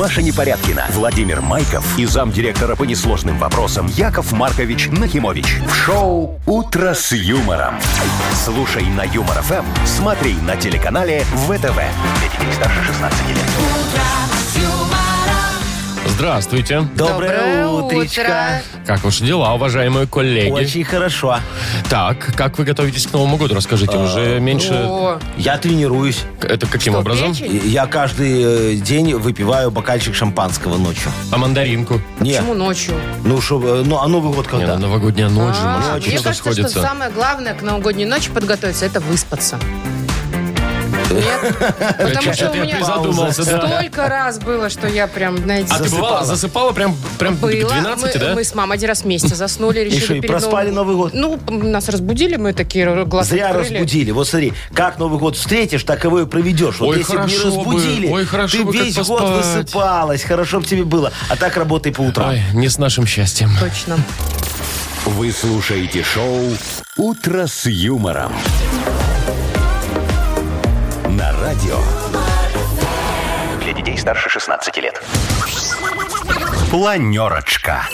Маша Непорядкина, Владимир Майков и замдиректора по несложным вопросам Яков Маркович Нахимович. В шоу «Утро с юмором». Слушай на Юмор ФМ, смотри на телеканале ВТВ. Для детей старше 16 лет. Здравствуйте. Доброе утречко. Как ваши дела, уважаемые коллеги? Очень хорошо. Так, как вы готовитесь к Новому году? Расскажите, уже меньше... О, Я тренируюсь. Это каким что, образом? печень? Я каждый день выпиваю бокальчик шампанского ночью. А мандаринку? Не, почему ночью? а Новый год Не, когда? новогодняя ночь же, может, Мне что-то кажется, что сходится. самое главное к новогодней ночи подготовиться, это выспаться. Нет? Потому что Что-то у я меня призадумался, да. столько раз было, что я прям, знаете, А ты бывала, засыпала прям к было. 12, да? Мы с мамой один раз вместе заснули, решили что, и перед проспали Новый год? Ну, нас разбудили, мы такие глаза Зря открыли. разбудили. Вот смотри, как Новый год встретишь, так его и проведешь. Вот Ой, если бы не хорошо бы. разбудили, Ой, хорошо ты бы, как весь год поспать. высыпалась, хорошо бы тебе было. А так работай по утрам. Ой, не с нашим счастьем. Точно. Вы слушаете шоу «Утро с юмором». На радио. Для детей старше 16 лет. Планерочка.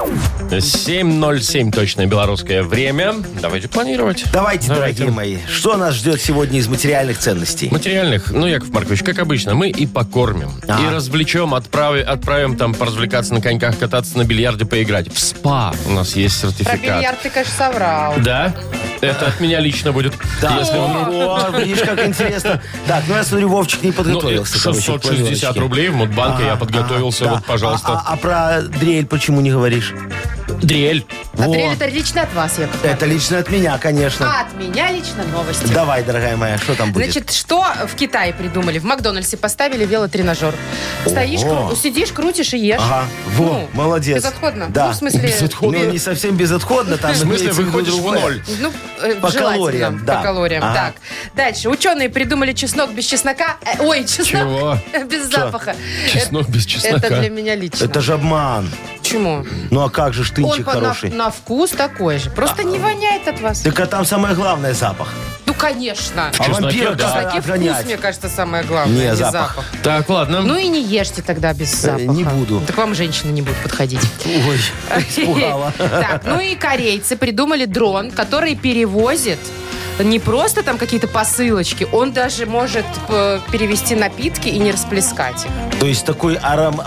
7:07 точное белорусское время. Давайте планировать. Давайте, дорогие мои, что нас ждет сегодня из материальных ценностей? Материальных, Яков Маркович, как обычно, мы и покормим, и развлечем, отправим там поразвлекаться на коньках, кататься на бильярде, поиграть. В СПА у нас есть Про сертификат. бильярд ты, конечно, соврал. Да? Это от меня лично будет. Да. Если он... О, видишь, как интересно. Так, я смотрю, Вовчик не подготовился. 660 рублей в Мудбанке я подготовился. Вот, пожалуйста. А про дрель почему не говоришь? Дрель. Андрей, это лично от вас, Яков Маркович. Это лично от меня, конечно. А от меня лично новости. Давай, дорогая моя, что там будет? Значит, что в Китае придумали? В Макдональдсе поставили велотренажер. Стоишь, сидишь, крутишь и ешь. Ага, молодец. Безотходно. Да. Ну, в смысле... Безотходно. Ну, не совсем безотходно. Там В смысле, имеется в виду выходишь в другое. ноль? Ну, По желательно. калориям, да. По калориям, Ага. так. Дальше. Ученые придумали чеснок без чеснока. чеснок Чего? без запаха. Чеснок без чеснока. Это для меня лично. Это же обман. Почему? Ну, а как же Он штынчик хороший? на вкус такой же. Просто не воняет от вас. Так а там самое главное запах. Ну, конечно. А чесноке, вампир да. Чесноке вкус, отгонять. мне кажется, самое главное. Не, Не запах. Так, ладно. Ну и не ешьте тогда без запаха. Не буду. Так вам женщины не будут подходить. Ой, испугала. Так, ну и корейцы придумали дрон, который перевозит не просто там какие-то посылочки, он даже может перевести напитки и не расплескать их. То есть такой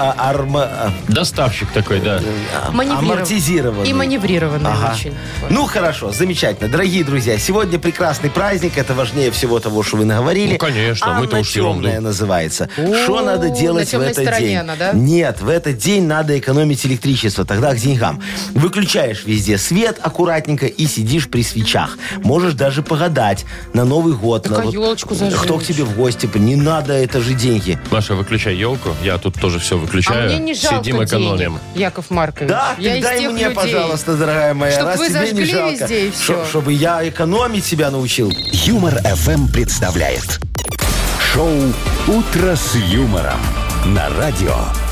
Доставщик такой, да. амортизированный. И маневрированный Ага. очень. Ну, хорошо, замечательно. Дорогие друзья, сегодня прекрасный праздник. Это важнее всего того, что вы наговорили. Ну, конечно, мы-то Анна уж ерунду. темная называется. Что надо делать в темной этот стороне день? она, да? Нет, в этот день надо экономить электричество. Тогда к деньгам. Выключаешь везде свет аккуратненько и сидишь при свечах. Можешь даже погадать на Новый год. Так, а елочку зажечь? Кто к тебе в гости? Не надо, это же деньги. Маша, выключай елку. Я тут тоже все выключаю. А мне не жалко Сидим, экономим. денег, Яков Маркович. Да, я из дай тех мне, людей. пожалуйста, дорогая моя. Чтоб раз вы тебе не зажгли жалко. везде и всё. Чтобы я экономить себя научил. Юмор ФМ представляет шоу «Утро с юмором» на радио.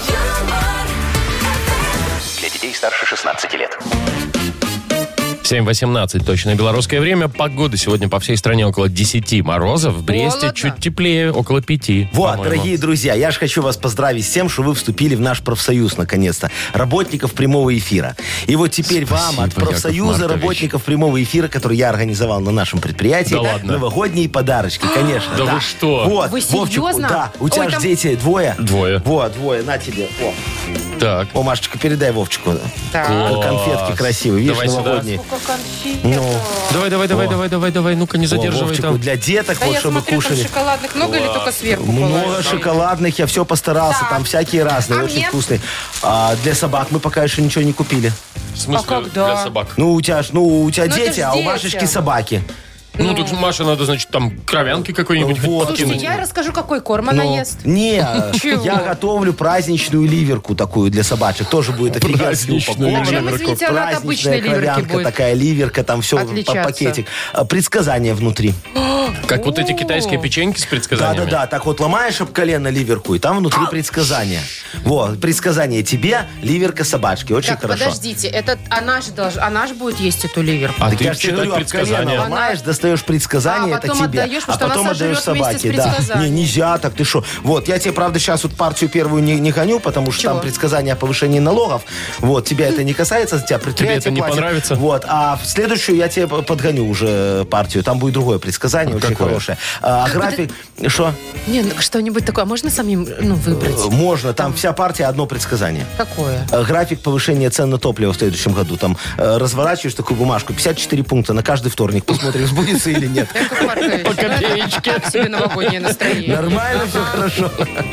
Для детей старше 16 лет. 7:18 точное белорусское время. Погода сегодня по всей стране около 10 морозов. В Бресте Холодно. чуть теплее, около 5. Вот, по-моему. дорогие друзья, я же хочу вас поздравить с тем, что вы вступили в наш профсоюз, наконец-то. Работников прямого эфира. И вот теперь Спасибо, вам от профсоюза Яков Маркович. работников прямого эфира, который я организовал на нашем предприятии, Да ладно? новогодние подарочки, конечно. Да вы что? Вот, Вы Вовчик, серьезно? да, у тебя Ой, же там- дети двое. Двое. Вот, двое, на тебе. Так. О, Машечка, передай Вовчику. Так. Класс. Конфетки красивые, видишь, Давай сюда. новогодние. Сколько конфет. Давай. Ну-ка, не О, задерживай Вовчику, там. для деток, Да вот, я чтобы смотрю, там кушали. шоколадных много или только сверху Много положишь? шоколадных, я все постарался, Так. там всякие разные, А очень мне? вкусные. А для собак мы пока еще ничего не купили. В смысле, А когда? для собак? Ну, у тебя Ну, это дети, ж а у дети. Машечки собаки. Ну, тут Маше надо, значит, там кровянки какой-нибудь Вот. Слушайте, подкинуть. я расскажу, какой корм она Ну, ест. Не, Чего? я готовлю праздничную ливерку такую для собачек. Тоже будет офигенски Праздничную упакована. Чем, извините, она от Праздничная обычной ливерки кровянка будет такая, ливерка, там все отличаться? пакетик. Предсказания внутри. Как вот эти китайские печеньки с предсказаниями. Да-да-да, так вот ломаешь об колено ливерку, и там внутри предсказания. Вот, предсказание тебе, ливерка собачки. Очень Так, хорошо. подождите, это она же будет есть эту ливерку. А Так ты я же тебе читать говорю, об колено предсказания. ломаешь, достаешь достаешь предсказание, А это потом тебе. отдаешь, А потому что потом она отдаешь сожрет вместе собаке. с Да. предсказанием. Не, нельзя, так ты что? Вот, я тебе, правда, сейчас вот партию первую не гоню, потому что Чего? там предсказание о повышении налогов. Вот, тебя это не касается, тебя предприятие это не платит. понравится? Вот, а в следующую я тебе подгоню уже партию. Там будет другое предсказание, очень Какое? хорошее. А график... Что? Не, ну, что-нибудь такое. Можно самим выбрать? Можно, там вся партия одно предсказание. Какое? График повышения цен на топливо в следующем году. Там разворачиваешь такую бумажку, 54 пункта на каждый вторник. Посмотрим, сбудется или нет. Яков Маркович, По копеечке. так себе новогоднее настроение. Нормально, все хорошо.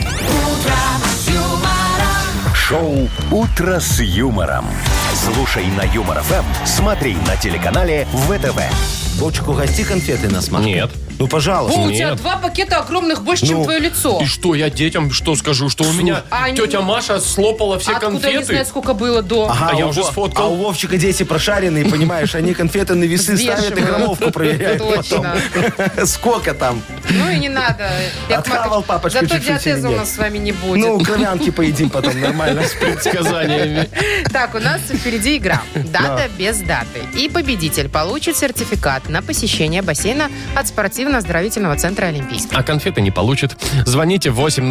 Шоу «Утро с юмором». Слушай на Юмор ФМ, смотри на телеканале ВТВ. Вовчик, угости конфеты нас, Машка. Нет. Ну, пожалуйста. О, у тебя Нет. 2 пакета огромных больше, чем Ну, твое лицо. И что, я детям что скажу? Что у меня А они- тетя Маша слопала все Откуда не конфеты? знать, сколько было до? Ага, А я у уже Во- сфоткал. А у Вовчика дети прошаренные, понимаешь, они конфеты на весы ставят и Взвешивают. граммовку проверяют Точно. потом. Сколько там? Ну и не надо. Яков Отхавал Маркович, папочка зато чуть-чуть или диатеза у нет? нас с вами не будет. Ну, кровянки поедим потом, нормально. Предсказаниями. Так, у нас впереди игра. Дата без даты. И победитель получит сертификат на посещение бассейна от спортивно-оздоровительного центра «Олимпийский». А конфеты не получит. Звоните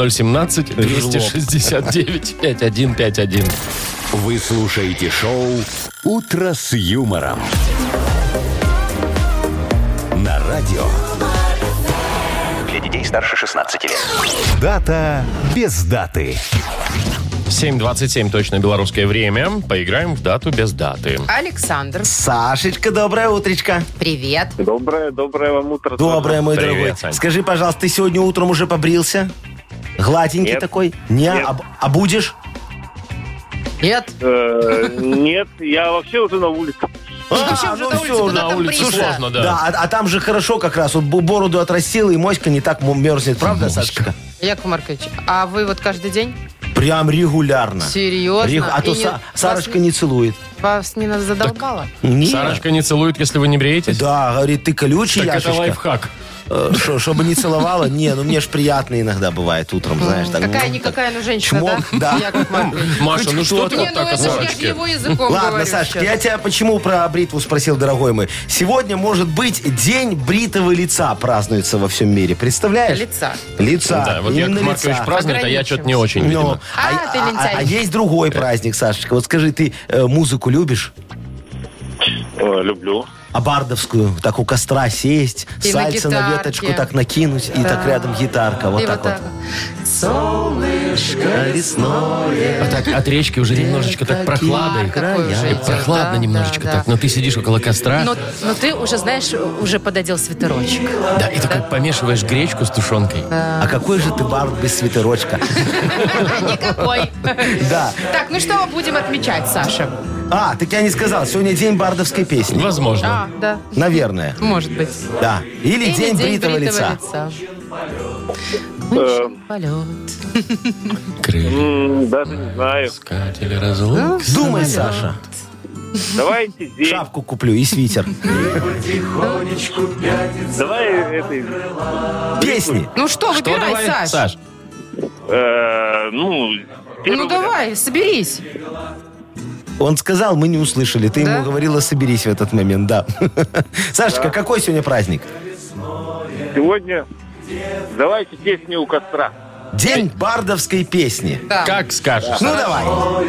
8017-269-5151. Вы слушаете шоу «Утро с юмором». На радио. Для детей старше 16 лет. Дата без даты. 7:27 точно белорусское время. Поиграем в дату без даты. Александр, Сашечка, доброе утречко. привет. Доброе вам утро. Доброе, мой Привет, дорогой. Сань. Скажи, пожалуйста, ты сегодня утром уже побрился? Гладенький Нет. такой? Не, Нет. а будешь? Нет. Нет, я вообще уже на улице. Вообще уже на улице, всё, куда На там улице бриться? сложно, да. Да, а там же хорошо как раз. Вот бороду отрастил, и моська не так мерзнет. Правда, Сашечка? Яков Маркович, а вы вот каждый день? Прям регулярно. Серьезно? А то И не- Сарочка не целует. Вас не задолбало? Нет. Сарочка не целует, если вы не бреетесь? Да, говорит, ты колючий, Так это Яшечка. лайфхак. Чтобы не целовала? Не, ну мне ж приятно иногда бывает утром, знаешь. так, Какая-никакая, ну, женщина, чмок, да? да. Яков Маркович. Маша, ну что ты Не, вот ну так о это ж я же Сарочке? его языком Ладно, говорю Сашка, сейчас. я тебя почему про бритву спросил, дорогой мой? Сегодня, может быть, день бритого лица празднуется во всем мире. Представляешь? Лица. Лица. Да, вот Именно Яков Маркович лица. празднует, а я что-то не очень, Ну, видимо. А, ты лентяй. а есть другой праздник, Сашечка. Вот скажи, ты музыку любишь? Люблю. А бардовскую? Так у костра сесть, И на сальца на гитарке. веточку так накинуть, и так рядом гитарка. Вот И так вот. Солнышко лесное. А так от речки уже немножечко так прохладой. какой уже И идет, прохладно да, немножечко да, так. да. Но ты сидишь около костра, Но ты уже, знаешь, уже пододел свитерочек. да, и такой помешиваешь гречку с тушенкой. А какой же ты бард без свитерочка? Никакой. Да. Так, ну что будем отмечать, Саша? А, так я не сказал. Сегодня день бардовской песни. Возможно. А, да, Наверное. может быть. Да. Или день бритого лица. Полет. Крылья, Даже не знаю. искатели разлук. Думай, Саша. Давайте день. Шапку куплю и свитер. Давай этой... Песни. Ну что, Что выбирай, давай, Саш. Саш? Ну, Ну давай, соберись. Он сказал, мы не услышали. Ты Да? ему говорила, соберись в этот момент, да. Сашечка, какой сегодня праздник? сегодня давайте песню у костра. День бардовской песни. Да. Как скажешь. Ну давай.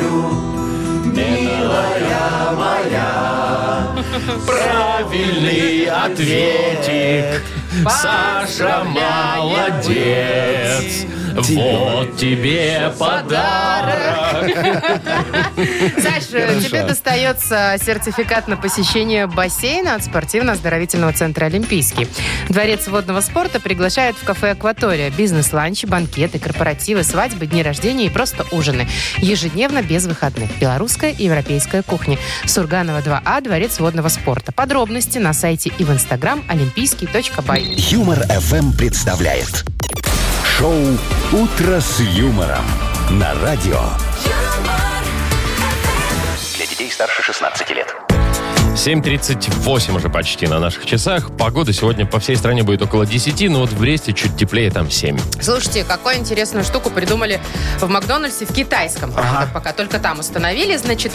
Правильный ответик. Саша, молодец. Вот тебе подарок. Саш, тебе достается сертификат на посещение бассейна от спортивно-оздоровительного центра «Олимпийский». Дворец водного спорта приглашает в кафе «Акватория». Бизнес-ланчи, банкеты, корпоративы, свадьбы, дни рождения и просто ужины. Ежедневно без выходных. Белорусская и европейская кухни. Сурганова 2А, Дворец водного спорта. Подробности на сайте и в инстаграм олимпийский.бай. Юмор ФМ представляет шоу «Утро с юмором» на радио. Для детей старше 16 лет. 7:38 уже почти на наших часах. Погода сегодня по всей стране будет около 10, но вот в Бресте чуть теплее, там 7. Слушайте, какую интересную штуку придумали в Макдональдсе в китайском. Правда, пока только там установили. Значит,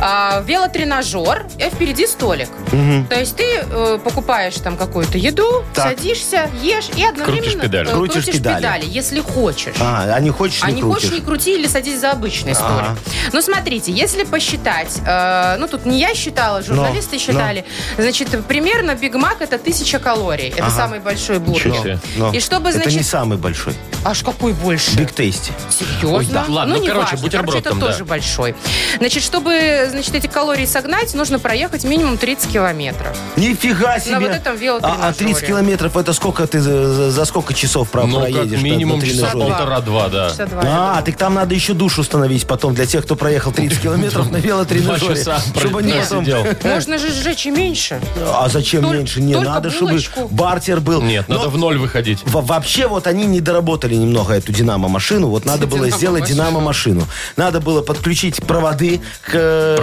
велотренажер, и впереди столик. То есть ты покупаешь там какую-то еду, садишься, ешь и одновременно крутишь педали, если хочешь. А не хочешь, не не крутишь. хочешь, не крути или садись за обычный столик. Ну, смотрите, если посчитать, тут не я считала, журналисты считали, значит, примерно Биг Мак это 1000 калорий. Это самый большой бургер. И чтобы, значит... Это не самый большой. Аж какой больше? Биг Тейсти. Серьезно? Ладно, не короче, важно. бутерброд это там, тоже большой. Значит, чтобы, эти калории согнать, нужно проехать минимум 30 километров. Нифига себе. На вот этом велотренажере. А 30 километров это сколько ты за сколько часов проедешь? Как минимум на часа тренажере? 1,5-2, да. Часа 2. Так там надо еще душ установить потом для тех, кто проехал 30 километров на 2 велотренажере. часа Чтобы они потом... сидел. Можно же сжечь и меньше. А зачем меньше? Не только надо, булочку. чтобы бартер был. Нет, надо в ноль выходить. Вообще вот они не доработали немного эту динамо-машину. Вот надо было сделать динамо-машину. Надо было подключить проводы к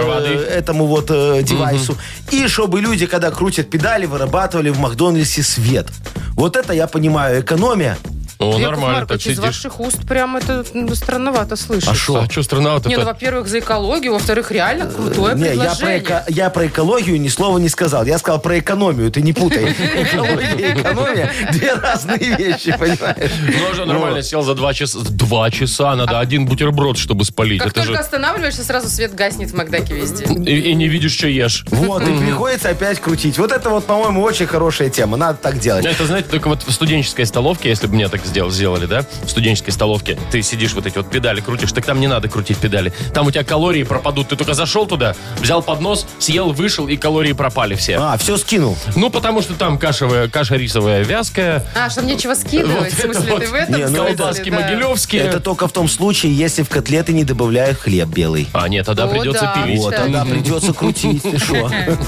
этому вот девайсу. И чтобы люди, когда крутят педали, вырабатывали в Макдональдсе свет. Вот это я понимаю, экономия. О, Яков нормально, так Маркович, из сидишь. ваших уст прям это странновато слышать. А шо? А что странновато-то? Не, во-первых, за экологию, во-вторых, реально крутое Не, предложение. я про экологию ни слова не сказал. Я сказал про экономию, ты не путай. Экология и экономия – две разные вещи, понимаешь? Ну, уже нормально сел за 2 часа. 2 часа надо один бутерброд, чтобы спалить. Как Это только же... останавливаешься, сразу свет гаснет в Макдаке везде. И не видишь, что ешь. Вот, и приходится опять крутить. Вот это вот, по-моему, очень хорошая тема. Надо так делать. Это, знаете, только вот в студенческой столовке, если бы мне так сделали, да, в студенческой столовке, ты сидишь вот эти вот педали крутишь, так там не надо крутить педали. Там у тебя калории пропадут. Ты только зашел туда, взял поднос, съел, вышел, и калории пропали все. Все скинул. Ну, потому что там каша рисовая вязкая. Что нечего скидывать? В смысле, ты в этом Не, ну, смысле, Колбаски да. могилевские. Это только в том случае, если в котлеты не добавляют хлеб белый. А, нет, тогда О, придется да. пилить. Вот, тогда придется крутить. Ты шо?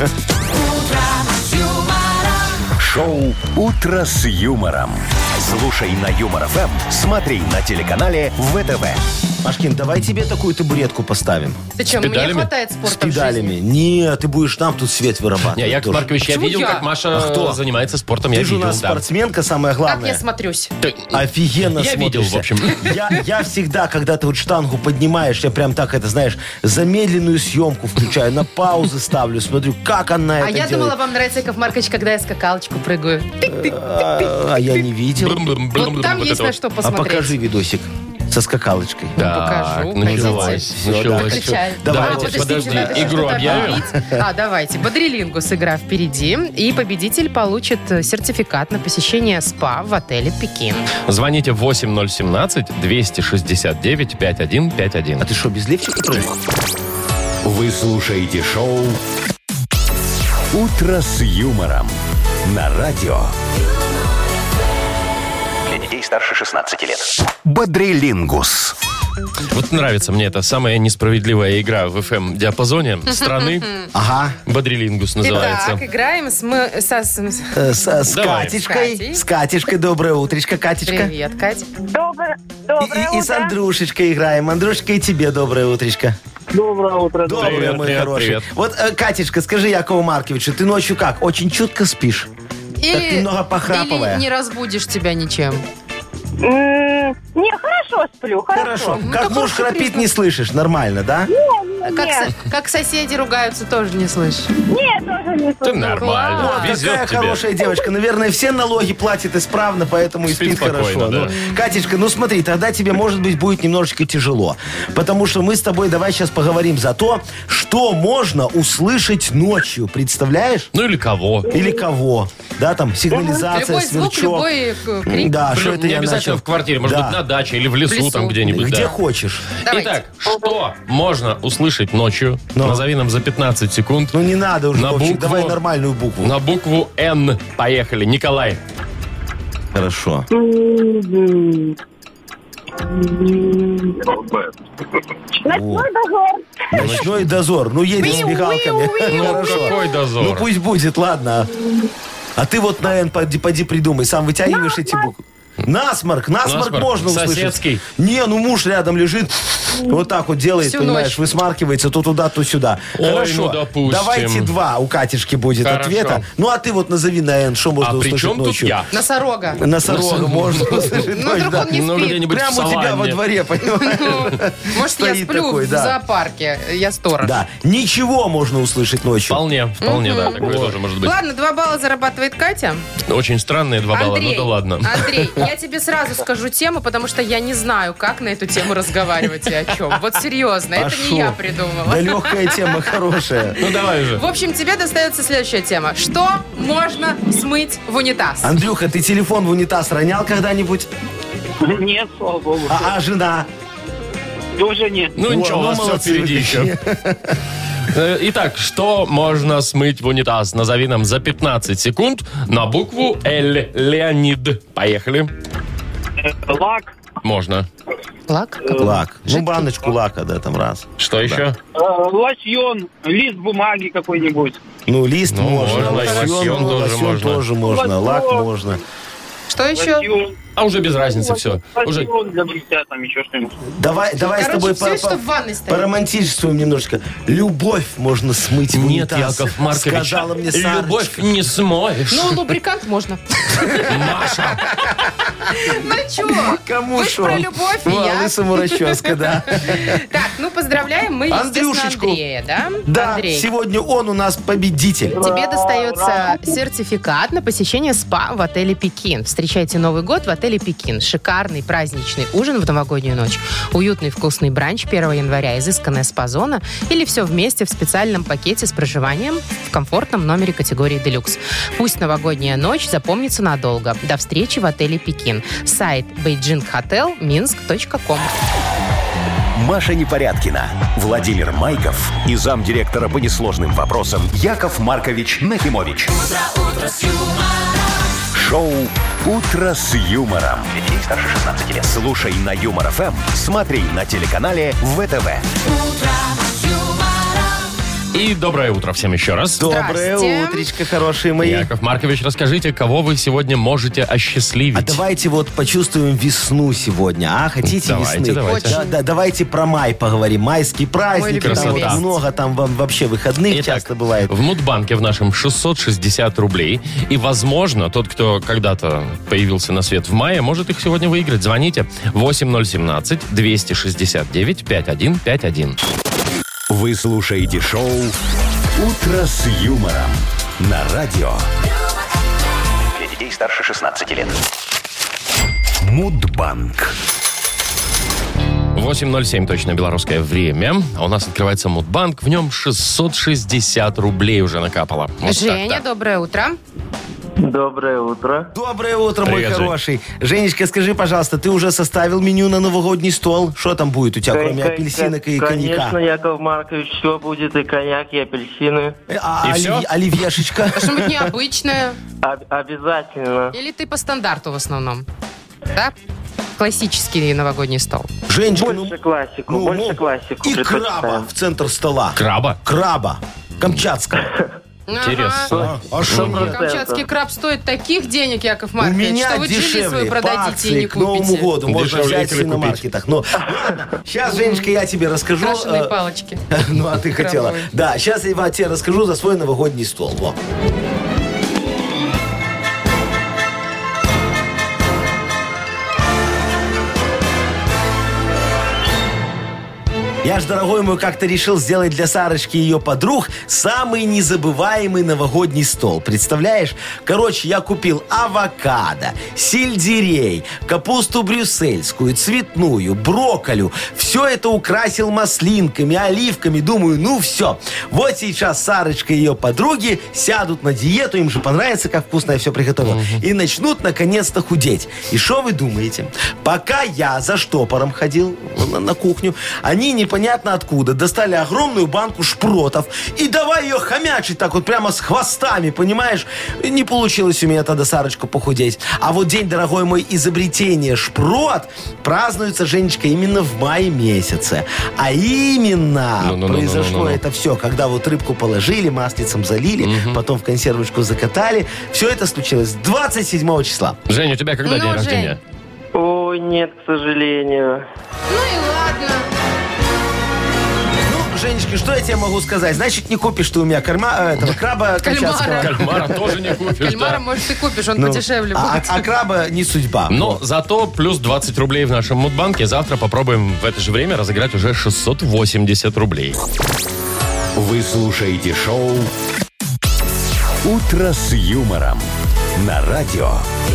Шоу «Утро с юмором». Слушай на Юмор ФМ, смотри на телеканале ВТВ. Машкин, давай тебе такую табуретку поставим. Ты что, мне педалями? хватает С спорта в педалями. жизни? Нет, ты будешь нам тут свет вырабатывать. Не, Яков тоже. Маркович, я Почему видел, я? как Маша кто? занимается спортом. Я Ты же у видел, нас да. спортсменка, самое Как главное. я смотрюсь? Офигенно Я видел, смотришься. в общем. Я всегда, когда ты вот штангу поднимаешь, я прям так, это знаешь, замедленную съемку включаю, на паузы ставлю, смотрю, как она это А я делает. думала, вам нравится, Яков Маркович, когда я скакалочку прыгаю. А я не видел. Вот там есть на что А посмотреть. покажи видосик со скакалочкой. Так, покажу, началось. хотите? Началось. Выключай. Давайте, подожди, надо игру что-то объявим? объявить. Давайте. Бодрилингус игра впереди. И победитель получит сертификат на посещение СПА в отеле «Пекин». Звоните 8017-269-5151. А ты что, без лифчика прыгал? Вы слушаете шоу «Утро с юмором» на радио. Для детей старше 16 лет. Бодрилингус. Вот нравится мне эта самая несправедливая игра в FM-диапазоне страны. Ага. Бодрилингус называется. Итак, играем с С Давай. Катечкой. С Катечкой. Доброе утречко, Катечка. Привет, Кать. Доброе И с Андрюшечкой играем. Андрюшечка, и тебе доброе утречко. Доброе утро. Доброе, Привет, мой привет, хороший. привет. Вот, Катечка, скажи Якову Марковичу, ты ночью как, очень чутко спишь? Так немного похрапывая. Или не разбудишь тебя ничем. Не, хорошо сплю, Хорошо. Ну, Как так муж хороший храпит, признак. не слышишь, нормально, да? Как соседи ругаются, тоже не слышишь. Нет, тоже не Ты слышу. нормально. Ладно. Везет Какая тебе. хорошая девочка. Наверное, все налоги платит исправно, поэтому и Спит спит спокойно, хорошо. да. Ну, Катечка, ну смотри, тогда тебе, может быть, будет немножечко тяжело. Потому что мы с тобой давай сейчас поговорим за то, что можно услышать ночью. Представляешь? Ну или кого? Или кого? Да, там, сигнализация, Любой звук, сверчок. любой крик. Да, что это Не я обязательно начал? в квартире, может Да. быть, на даче или в лесу, лесу. там где-нибудь. Где да. хочешь. Давайте. Итак, что можно услышать ночью? Ну. Назови нам за 15 секунд. Ну не надо уже, На Вовчик, букву. давай нормальную букву. На букву Н. Поехали. Николай. Хорошо. Ночной дозор. Ночной дозор. Ну, едет с мигалками. Ну, Хорошо. какой дозор? Ну, пусть будет, ладно. А ты вот на Н поди придумай. Сам вытягиваешь эти буквы. Насморк Насморк. можно услышать. Соседский. Не, ну муж рядом лежит, вот так вот делает, Всю понимаешь, ночь. высмаркивается то туда, то сюда. Ой, Хорошо, ну, допустим. давайте 2 у Катюшки будет Хорошо. ответа. Ну, а ты вот назови на N, что можно А при услышать чем тут ночью. я? Носорога. Носорога можно услышать Ну, ночью, вдруг да. он не Ну, спит. где-нибудь Прямо в у тебя во саванне. дворе, понимаешь? Может, я Стоит сплю такой, в да. зоопарке. Я сторож. Да, ничего можно услышать ночью. Вполне, да, такое тоже может быть. Ладно, 2 балла зарабатывает Катя. Очень странные 2 балла, Андрей, ну да ладно. Андрей, я тебе сразу скажу тему, потому что я не знаю, как на эту тему разговаривать и о чем. Вот серьезно, это шо? не я придумала. Да легкая тема, хорошая. Ну давай же. В общем, тебе достается следующая тема. Что можно смыть в унитаз? Андрюха, ты телефон в унитаз ронял когда-нибудь? Нет, слава богу. А жена? Тоже нет. Ну О, ничего, у ну, вас все молодцы впереди вы еще. Итак, что можно смыть в унитаз? Назови нам за 15 секунд на букву Л. Леонид. Поехали. Лак, Можно. Лак? Лак. Ну, баночку лака, да, там раз. Что еще? лосьон, лист бумаги какой-нибудь. Ну, лист Ну, можно, можно, и лосьон тоже лосьон можно. тоже можно, лак можно. Что еще? Лосьон, А уже без разницы все. Уже. лосьон для бритья, там еще что-нибудь. Давай с Короче, тобой все, что в ванной стоит. поромантичествуем немножечко. Любовь можно смыть в Нет, унитаз. Яков Маркович, Сказала мне Сарочка. любовь не смоешь. Ну, лубрикант можно. Маша. Ну, чего? Кому Вы ж шо? про любовь, и Во, я. лысому расческа, да. Так, ну, поздравляем мы, естественно, Андрюшечку. Андрея, да? Да, Андрей. сегодня он у нас победитель. Тебе достается сертификат на посещение СПА в отеле «Пекин». Встречайте Новый год в отеле «Пекин». Шикарный праздничный ужин в новогоднюю ночь, уютный вкусный бранч 1 января, изысканная спа-зона или все вместе в специальном пакете с проживанием в комфортном номере категории «Делюкс». Пусть новогодняя ночь запомнится надолго. До встречи в отеле «Пекин». Сайт beijinghotelminsk.com. Маша Непорядкина, Владимир Майков и замдиректора по несложным вопросам Яков Маркович Нахимович. Шоу «Утро с юмором». Для детей старше 16 лет. Слушай на Юмор ФМ, смотри на телеканале ВТВ. И доброе утро всем еще раз. Доброе Здрасте. утречко, хорошие мои. Яков Маркович, расскажите, кого вы сегодня можете осчастливить? А давайте вот почувствуем весну сегодня, а? Хотите Давайте, весны? давайте. Да, давайте про май поговорим. Майские праздники, любимый там вот месяц. много, там вообще выходных Итак, часто бывает. в Мудбанке в нашем 660 рублей. И, возможно, тот, кто когда-то появился на свет в мае, может их сегодня выиграть. Звоните 8017-269-5151. Вы слушаете шоу «Утро с юмором» на радио. Для детей старше 16 лет. Мудбанк. 8:07 точно белорусское время. А у нас открывается Мудбанк. В нем 660 рублей уже накапало. Вот Женя, так-то. доброе утро. Доброе утро. Доброе утро, мой Привет, Жень. хороший. Женечка, скажи, пожалуйста, ты уже составил меню на новогодний стол? Что там будет у тебя, кроме апельсинок и Конечно, коньяка? Яков Маркович, все будет, и коньяк, и апельсины. И всё? Оливьешечка? Что-нибудь необычное? Обязательно. Или ты по стандарту в основном? Да? Классический новогодний стол. Женечка, Больше классику, больше классику И краба предпочитаем. в центр стола. Краба? Краба. Камчатского. Интересно. А что нет? Камчатский краб стоит таких денег, Яков Маркович, У меня что вы чили свою дешевле, по продадите и акции не к Новому купите. году можно Дешевле взять в икры купить. свиномаркетах. Ну, ладно, сейчас, Женечка, я тебе расскажу. Крашеные палочки. Ну, а ты хотела. Крабовые. Да, сейчас я тебе расскажу за свой новогодний стол. Во. Я ж, дорогой мой, как-то решил сделать для Сарочки и ее подруг самый незабываемый новогодний стол. Представляешь? Короче, я купил авокадо, сельдерей, капусту брюссельскую, цветную, брокколю. Все это украсил маслинками, оливками. Думаю, ну все. Вот сейчас Сарочка и ее подруги сядут на диету, им же понравится, как вкусно я все приготовил, и начнут наконец-то худеть. И что вы думаете? Пока я за штопором ходил на кухню, они непонятно откуда достали огромную банку шпротов и давай ее хомячить так вот прямо с хвостами, понимаешь? Не получилось у меня тогда, Сарочка, похудеть. А вот день, дорогой мой, изобретения шпрот празднуется, Женечка, именно в мае месяце. А именно произошло это все, когда вот рыбку положили, маслицем залили, потом в консервочку закатали. Все это случилось 27 числа. Женя, у тебя когда день Ну, рождения? Жень, Ой, нет, к сожалению. Ну и ладно. Ну, Женечка, что я тебе могу сказать? Значит, не купишь ты у меня краба камчатского. Кальмара тоже не купишь, Кальмара, да. может, ты купишь, он Ну, подешевле будет. а краба не судьба. Но зато плюс 20 рублей в нашем Мудбанке. Завтра попробуем в это же время разыграть уже 680 рублей. Вы слушаете шоу «Утро с юмором» на радио.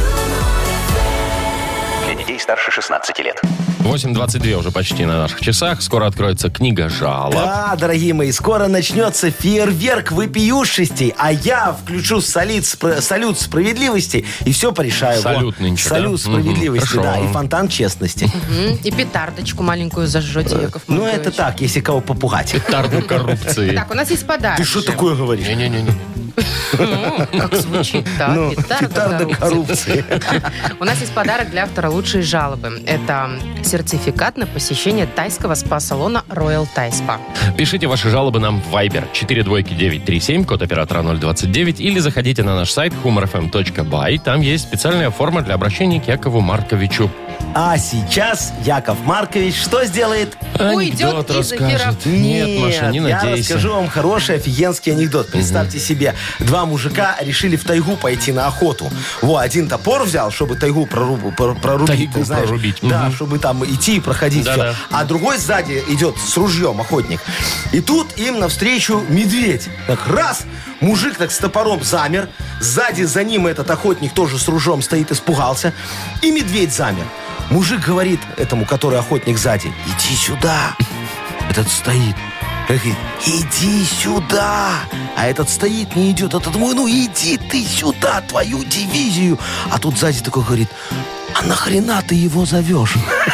Для детей старше 16 лет. 8:22 уже почти на наших часах. Скоро откроется книга жалоб. Да, дорогие мои, скоро начнется фейерверк вопиюшестей, а я включу салют справедливости и все порешаю. Салют Во. нынче, Салют да? справедливости, Хорошо. да, и фонтан честности. И петардочку маленькую зажжете, Яков Ну, Маркович. это так, если кого попугать. Тарну коррупции. Так, у нас есть подарок. Ты что же. такое говоришь? Не-не-не. Как звучит, да? Ну, петарда коррупции. коррупции. У нас есть подарок для автора лучшей жалобы. Это сертификат на посещение тайского спа-салона Royal Thai Spa. Пишите ваши жалобы нам в Viber 42937, код оператора 029, или заходите на наш сайт humorfm.by. Там есть специальная форма для обращения к Якову Марковичу. А сейчас Яков Маркович что сделает? Уйдет из эфира. расскажет. Нет, Маша, не я надейся. расскажу вам хороший, офигенский анекдот. Представьте себе, два мужика решили в тайгу пойти на охоту. Один топор взял, чтобы тайгу прорубить. Тайгу ты знаешь. прорубить, Да, мгм. чтобы там идти и проходить Да-да. все. А другой сзади идет с ружьем, охотник. И тут им навстречу медведь. Так раз, мужик так с топором замер. Сзади за ним этот охотник тоже с ружьем стоит, испугался. И медведь замер. Мужик говорит этому, который охотник сзади: иди сюда. Этот стоит. Говорит: иди сюда. А этот стоит, не идет. Этот ему: ну иди ты сюда, твою дивизию. А тут сзади такой говорит: а нахрена ты его зовешь?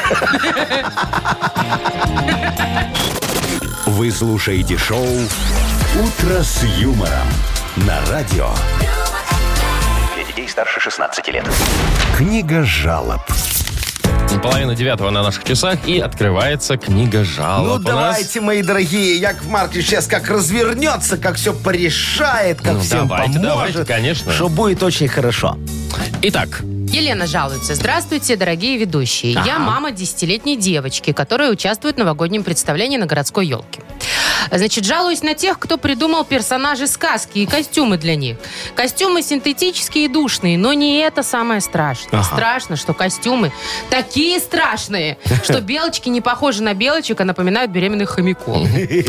Вы слушаете шоу «Утро с юмором» на радио. Для детей старше 16 лет. Книга жалоб. 8:30 на наших часах, и открывается книга Ну жалоб. У нас- давайте, мои дорогие, Яков Маркович сейчас как развернется, как все порешает, как Ну, всем давайте, поможет. конечно. Что будет очень хорошо. Итак, Елена жалуется. Здравствуйте, дорогие ведущие. Я мама 10-летней девочки, которая участвует в новогоднем представлении на городской елке. Значит, жалуюсь на тех, кто придумал персонажей сказки и костюмы для них. Костюмы синтетические и душные, но не это самое страшное. Страшно, что костюмы такие страшные, что белочки не похожи на белочек, а напоминают беременных хомяков.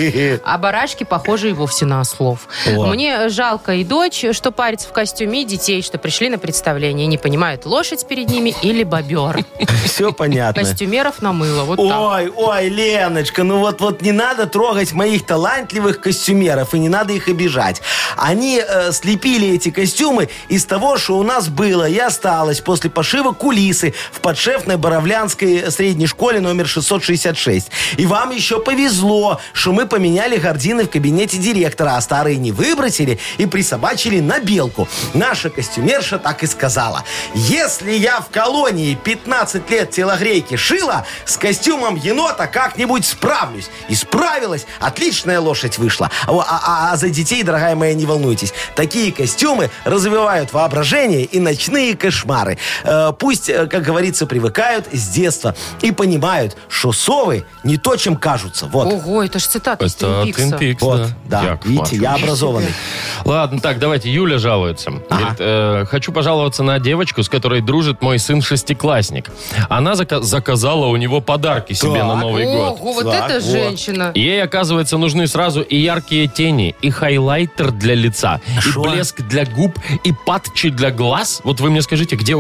А барашки похожи и вовсе на ослов. О. Мне жалко и дочь, что парится в костюме, и детей, что пришли на представление и не понимают, лошадь перед ними или бобер. Все понятно. Костюмеров намыло. Вот так. Ой, Леночка, ну вот не надо трогать моих талантливых костюмеров, и не надо их обижать. Они слепили эти костюмы из того, что у нас было и осталось после пошива кулисы в подшефной Боровлянской средней школе номер 666. И вам еще повезло, что мы поменяли гардины в кабинете директора, а старые не выбросили и присобачили на белку. Наша костюмерша так и сказала: если я в колонии 15 лет телогрейки шила, с костюмом енота как-нибудь справлюсь. И справилась. Отличная лошадь вышла. А за детей, дорогая моя, не волнуйтесь. Такие костюмы развивают воображение и ночные кошмары. Пусть, как говорится, привыкают с детства и понимают, что совы не то, чем кажутся. Вот. Ого, это ж цитата из это Твин Twin Пикса. Peaks, Вот, да. Яков Видите, я Маркович. образованный. Ладно, так, давайте. Юля жалуется. Говорит, хочу пожаловаться на девочку, с которой дружит мой сын-шестиклассник. Она заказала у него подарки себе на Новый год. Ого, вот Так, это вот. женщина. Ей, оказывается, нужны сразу и яркие тени, и хайлайтер для лица, Шо? и блеск для губ, и патчи для глаз. Вот вы мне скажите, где у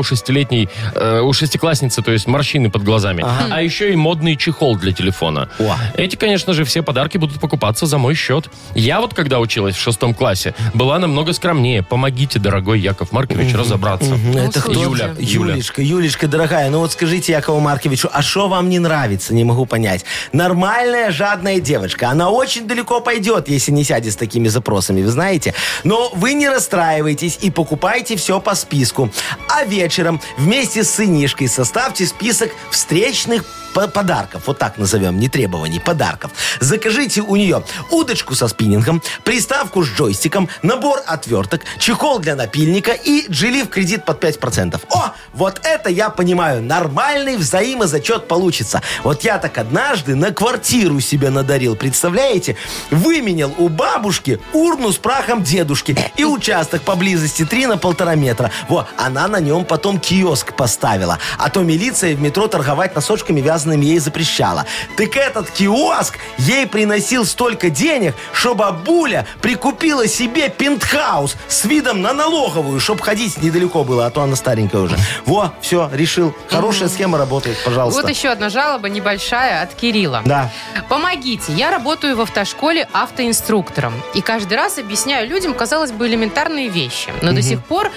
шестиклассницы, то есть морщины под глазами. А еще и модный чехол для телефона. О. Эти, конечно же, все подарки будут покупаться за мой счет. Я вот, когда училась в 6 классе, была намного скромнее. Помогите, дорогой Яков Маркович, разобраться. Это кто? Юля. Юлечка, дорогая, ну вот скажите Якову Марковичу, а что вам не нравится? Не могу понять. Нормальная, жадная девочка. Она очень очень далеко пойдет, если не сядет с такими запросами, вы знаете. Но вы не расстраивайтесь и покупайте все по списку. А вечером вместе с сынишкой составьте список встречных подарков, вот так назовем, не требований, подарков. Закажите у нее удочку со спиннингом, приставку с джойстиком, набор отверток, чехол для напильника и джили в кредит под 5%. О, вот это я понимаю, нормальный взаимозачет получится. Вот я так однажды на квартиру себе надарил, представляете? Выменял у бабушки урну с прахом дедушки и участок поблизости 3 на 1,5 метра. Во, она на нем потом киоск поставила. А то милиция в метро торговать носочками вязаными ей запрещала. Так этот киоск ей приносил столько денег, что бабуля прикупила себе пентхаус с видом на налоговую, чтобы ходить недалеко было, а то она старенькая уже. Во, все, решил. Хорошая схема работает, пожалуйста. Вот еще одна жалоба небольшая от Кирилла. Да. Помогите, я работаю в автошколе автоинструктором. И каждый раз объясняю людям, казалось бы, элементарные вещи. Но до сих пор,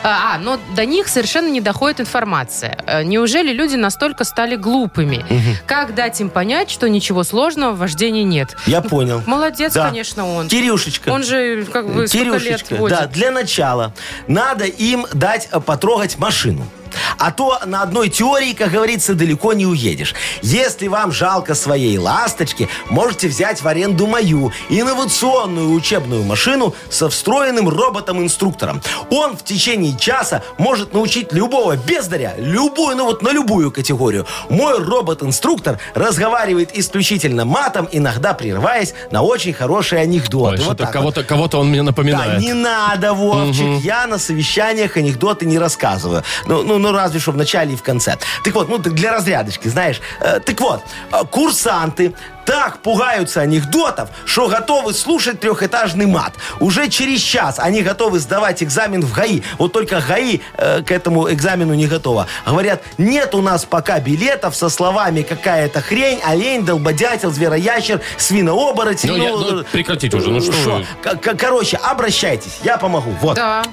но до них совершенно не доходит информация. Неужели люди настолько стали глупыми? Как дать им понять, что ничего сложного в вождении нет? Я понял. Молодец, Да. конечно, он. Кирюшечка. Он же как бы сколько лет Кирюшечка, водит. да, для начала надо им дать потрогать машину. А то на одной теории, как говорится, далеко не уедешь. Если вам жалко своей ласточки, можете взять в аренду мою инновационную учебную машину со встроенным роботом-инструктором. Он в течение часа может научить любого бездаря, любую, на любую категорию. Мой робот-инструктор разговаривает исключительно матом, иногда прерываясь на очень хорошие анекдоты. Ой, Вот что-то так вот. кого-то он мне Да, напоминает. не надо, Вовчик. Я на совещаниях анекдоты не рассказываю. Ну, разве что в начале и в конце. Так вот, так для разрядочки, знаешь. Так вот, курсанты так пугаются анекдотов, что готовы слушать трехэтажный мат. Уже через час они готовы сдавать экзамен в ГАИ. Вот только ГАИ к этому экзамену не готова. Говорят, нет у нас пока билетов со словами «какая-то хрень», «олень», «долбодятел», «звероящер», «свинооборотень». Прекратите уже, что вы... Короче, обращайтесь, я помогу. Вот. Да.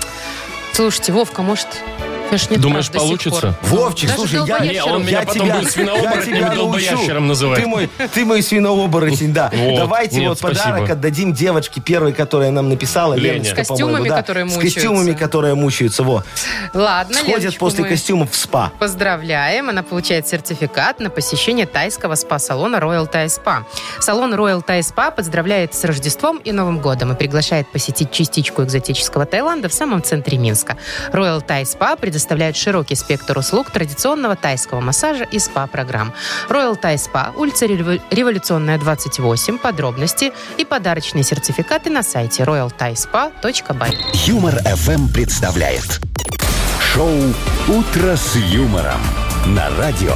Слушайте, Вовка, может... Нет Думаешь, прав до сих получится? пор. Вовчик, Даже слушай, долбоящером. Не, он меня я потом тебя- будет свинооборотнем я тебя и долбоящером научу. называть. Ты мой свинооборотень, да. Вот. Давайте Нет, вот подарок спасибо. отдадим девочке первой, которая нам написала. Лене. Леночка, С костюмами, по-моему, да. которые С мучаются. костюмами, которые мучаются. Во. Ладно, Сходят Леночку после мы костюмов в спа. поздравляем. Она получает сертификат на посещение тайского спа-салона Royal Thai Spa. Салон Royal Thai Spa поздравляет с Рождеством и Новым годом и приглашает посетить частичку экзотического Таиланда в самом центре Минска. Royal Thai Spa предоставляет широкий спектр услуг традиционного тайского массажа и спа-программ. Royal Thai Spa, улица Революционная, 28. Подробности и подарочные сертификаты на сайте royalthaispa.by. Юмор FM представляет шоу «Утро с юмором» на радио.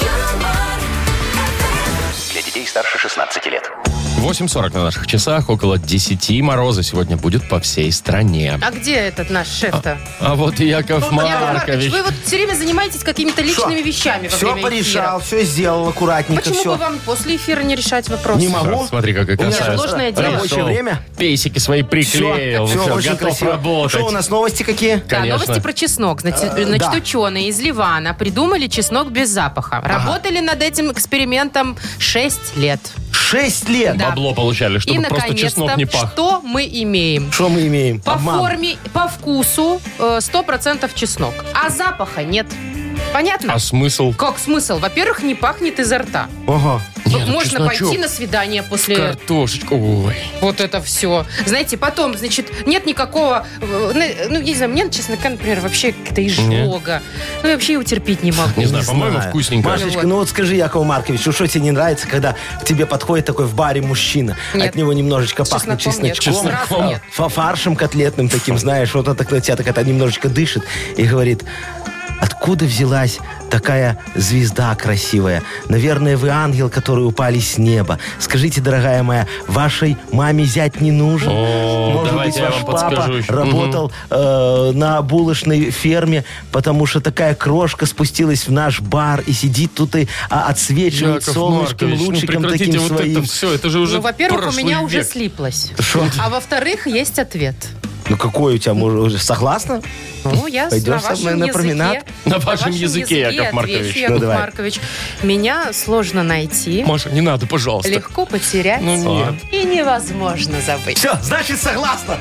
Для детей старше 16 лет. 8:40 на наших часах, около 10 мороза сегодня будет по всей стране. А где этот наш шеф-то? А вот и Яков Яков Маркович, Маркович. вы вот все время занимаетесь какими-то личными вещами во Все время порешал, эфира. все сделал аккуратненько, Почему все. бы вам после эфира не решать вопрос? Не могу. Так, смотри, как и У меня красавец. сложное дело. рабочее время. Пейсики свои приклеил, Все, всё, очень готов красиво. работать. Что у нас, новости какие? Да, Конечно. новости про чеснок. Значит, да. ученые из Ливана придумали чеснок без запаха. Работали над этим экспериментом 6 лет. 6 лет. Да. Бабло получали, И, чтобы просто чеснок не наконец-то, пах. что мы имеем? Что мы имеем? По Обман. форме, по вкусу 100% чеснок. А запаха нет. Понятно? А смысл? Как смысл? Во-первых, не пахнет изо рта. Ага. Не, ну Можно чесночок. пойти на свидание после Картошечку. Ой. вот это все. Знаете, потом, значит, нет никакого... Ну, не знаю, мне чеснока, например, вообще какая-то изжога. Ну, я вообще его терпеть не могу. Не знаю, по-моему, знаю. вкусненько. Машечка, ну вот скажи, Якову Марковичу, что тебе не нравится, когда к тебе подходит такой в баре мужчина, Нет. от него немножечко С пахнет чесноком нет. чесночком, Сразу нет. фаршем котлетным таким, знаешь, вот он так на тебя так это немножечко дышит и говорит, откуда взялась такая звезда красивая? Наверное, вы ангел, который упали с неба. Скажите, дорогая моя, вашей маме зять не нужен? О, Может быть, давайте я ваш вам папа подскажу еще. работал на булочной ферме, потому что такая крошка спустилась в наш бар и сидит тут и отсвечивает Яков солнышком, Маркович, лучиком прекратите таким вот своим. это все, это же уже Ну, во-первых, у прошлый меня уже век. слиплось. Шо? А во-вторых, есть ответ. Ну, какой у тебя муж? Согласна? Ну, я Пойдешь на со вашем мной на языке. променад? На вашем языке, Яков Маркович. отвечу, Ну, Яков давай. Маркович. Меня сложно найти, Маша, не надо, пожалуйста. легко потерять Ну, нет. и невозможно забыть. Все, значит, согласна.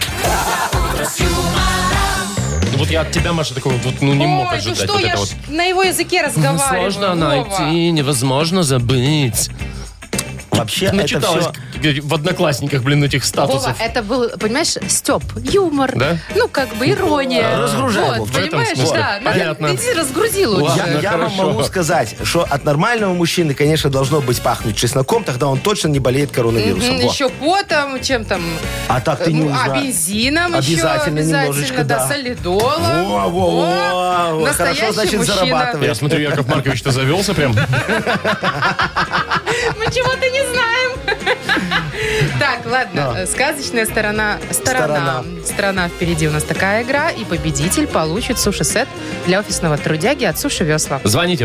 Вот я от тебя, Маша, такого вот, не мог Ой, ну ожидать. что, вот я это ж на его языке разговариваю. Сложно Вова. найти, невозможно забыть. Вообще, это Начиталась все... в Одноклассниках, этих Вова, статусов. это был, понимаешь, Степ, юмор. Да? Ну, как бы ирония. Разгружай, Вот, Вов. В этом понимаешь, смысле. да. Понятно. Иди разгрузи лучше. Ладно. Я вам хорошо. могу сказать, что от нормального мужчины, конечно, должно быть пахнуть чесноком, тогда он точно не болеет коронавирусом. Во. Еще потом, чем там... А так ты не узнаешь. бензином Обязательно еще. немножечко, да. Солидолом. Во. Настоящий Хорошо, значит, мужчина. зарабатывает. Я смотрю, Яков Маркович-то завелся прям. Мы чего-то не знаем. Так, ладно. Да. Сказочная сторона впереди у нас такая игра. И победитель получит суши-сет для офисного трудяги от Суши Весла. Звоните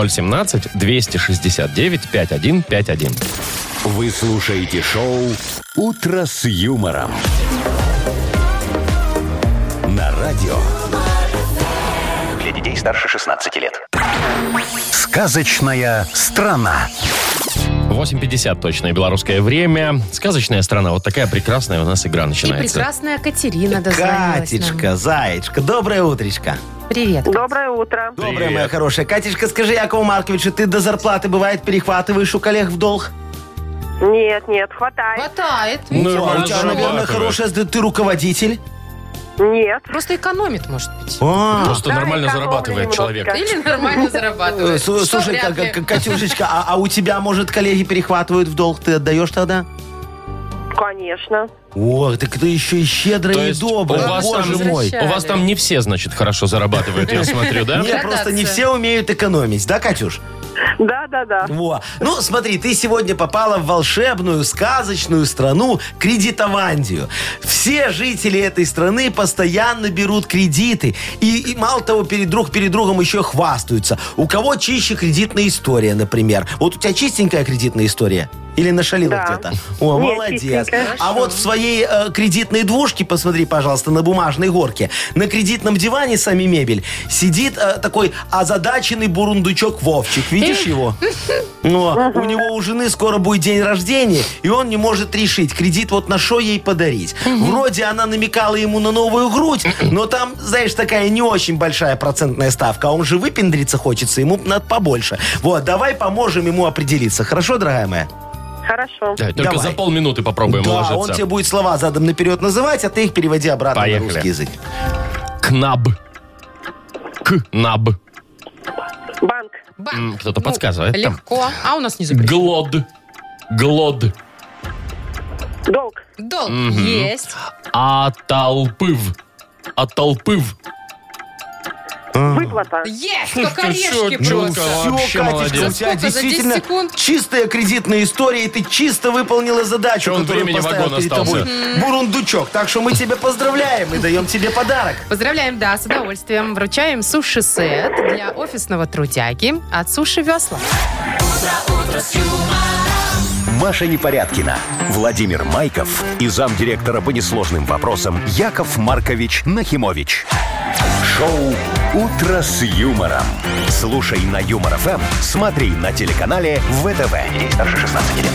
8017-269-5151. Вы слушаете шоу «Утро с юмором». На радио. Для детей старше 16 лет. Сказочная страна. 8:50 точное белорусское время. Сказочная страна. Вот такая прекрасная у нас игра И начинается. прекрасная Катерина дозвонилась нам. Катечка, Заячка, доброе утречко. Привет. Доброе утро. Доброе, моя хорошая. Катечка, скажи, Якову Марковичу, ты до зарплаты, бывает, перехватываешь у коллег в долг? Нет, хватает. Хватает. А у тебя, Нормально наверное, зарабатывает. хорошая, ты руководитель? Нет. Просто экономит, может быть. Просто Да, нормально экономлю зарабатывает человек. немножко. Или нормально зарабатывает. Что Слушай, вряд ли. Катюшечка, а у тебя, может, коллеги перехватывают в долг, ты отдаешь тогда? Конечно. О, так ты еще и щедрый, То и есть добрый, у вас боже там- мой. У вас там не все, значит, хорошо зарабатывают, я смотрю, да? Нет, просто не все умеют экономить, да, Катюш? Да. Во. Ну, смотри, ты сегодня попала в волшебную, сказочную страну Кредитовандию. Все жители этой страны постоянно берут кредиты. И мало того, друг перед другом еще хвастаются. У кого чище кредитная история, например. Вот у тебя чистенькая кредитная история? Или нашалила Да. где-то? О, Нет, молодец. чистенькая. А вот в своей кредитной двушке, посмотри, пожалуйста, на бумажной горке, на кредитном диване сами мебель, сидит такой озадаченный бурундучок Вовчик. Видишь его? Но у него у жены скоро будет день рождения, и он не может решить, кредит вот на что ей подарить. Вроде она намекала ему на новую грудь, но там, знаешь, такая не очень большая процентная ставка, а он же выпендриться хочется, ему надо побольше. Вот, давай поможем ему определиться. Хорошо, дорогая моя? Хорошо. Да, только Давай. за полминуты попробуем Да, уложиться. он тебе будет слова задом наперед называть, а ты их переводи обратно Поехали. на русский язык. КНАБ. КНАБ. Банк. Банк. Кто-то подсказывает там. Легко. А у нас не запрещено. ГЛОД. ГЛОД. Долг. Долг. Есть. Аталпыв. Аталпыв. Выплата. Есть. Как Ты орешки чё, просто. Джулка, Все, вообще Катечка, молодец. у тебя Сколько, за 10 действительно секунд? чистая кредитная история, и ты чисто выполнила задачу, Чё он которую времени поставил вагон перед остался? тобой бурундучок. Так что мы тебя поздравляем и даем тебе подарок. Поздравляем, да, с удовольствием. Вручаем суши-сет для офисного трудяги от Суши Весла. Маша Непорядкина, Владимир Майков и замдиректора по несложным вопросам Яков Маркович Нахимович. Шоу «Утро с юмором». Слушай на Юмор ФМ, смотри на телеканале ВТВ. Ей старше 16 лет.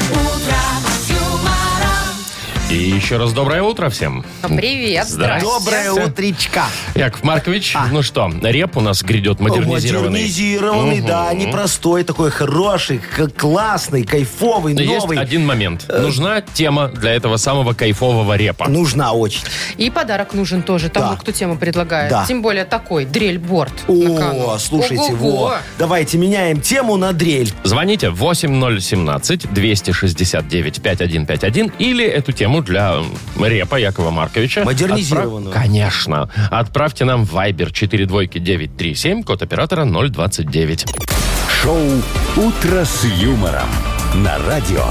И еще раз доброе утро всем. Привет. Здрасте. Доброе утречка. Яков Маркович, ну что, реп у нас грядет модернизированный. Модернизированный, да, непростой, такой хороший, классный, кайфовый, Но есть новый. один момент. Нужна тема для этого самого кайфового репа. Нужна очень. И подарок нужен тоже тому, Да. кто тему предлагает. Да. Тем более такой, дрель-борд. на кону. О, слушайте, Ого-го. во. Давайте меняем тему на дрель. Звоните 8017-269-5151 или эту тему для репа Якова Марковича. Модернизированную. Конечно. Отправьте нам в Viber 42937, код оператора 029. Шоу «Утро с юмором» на радио.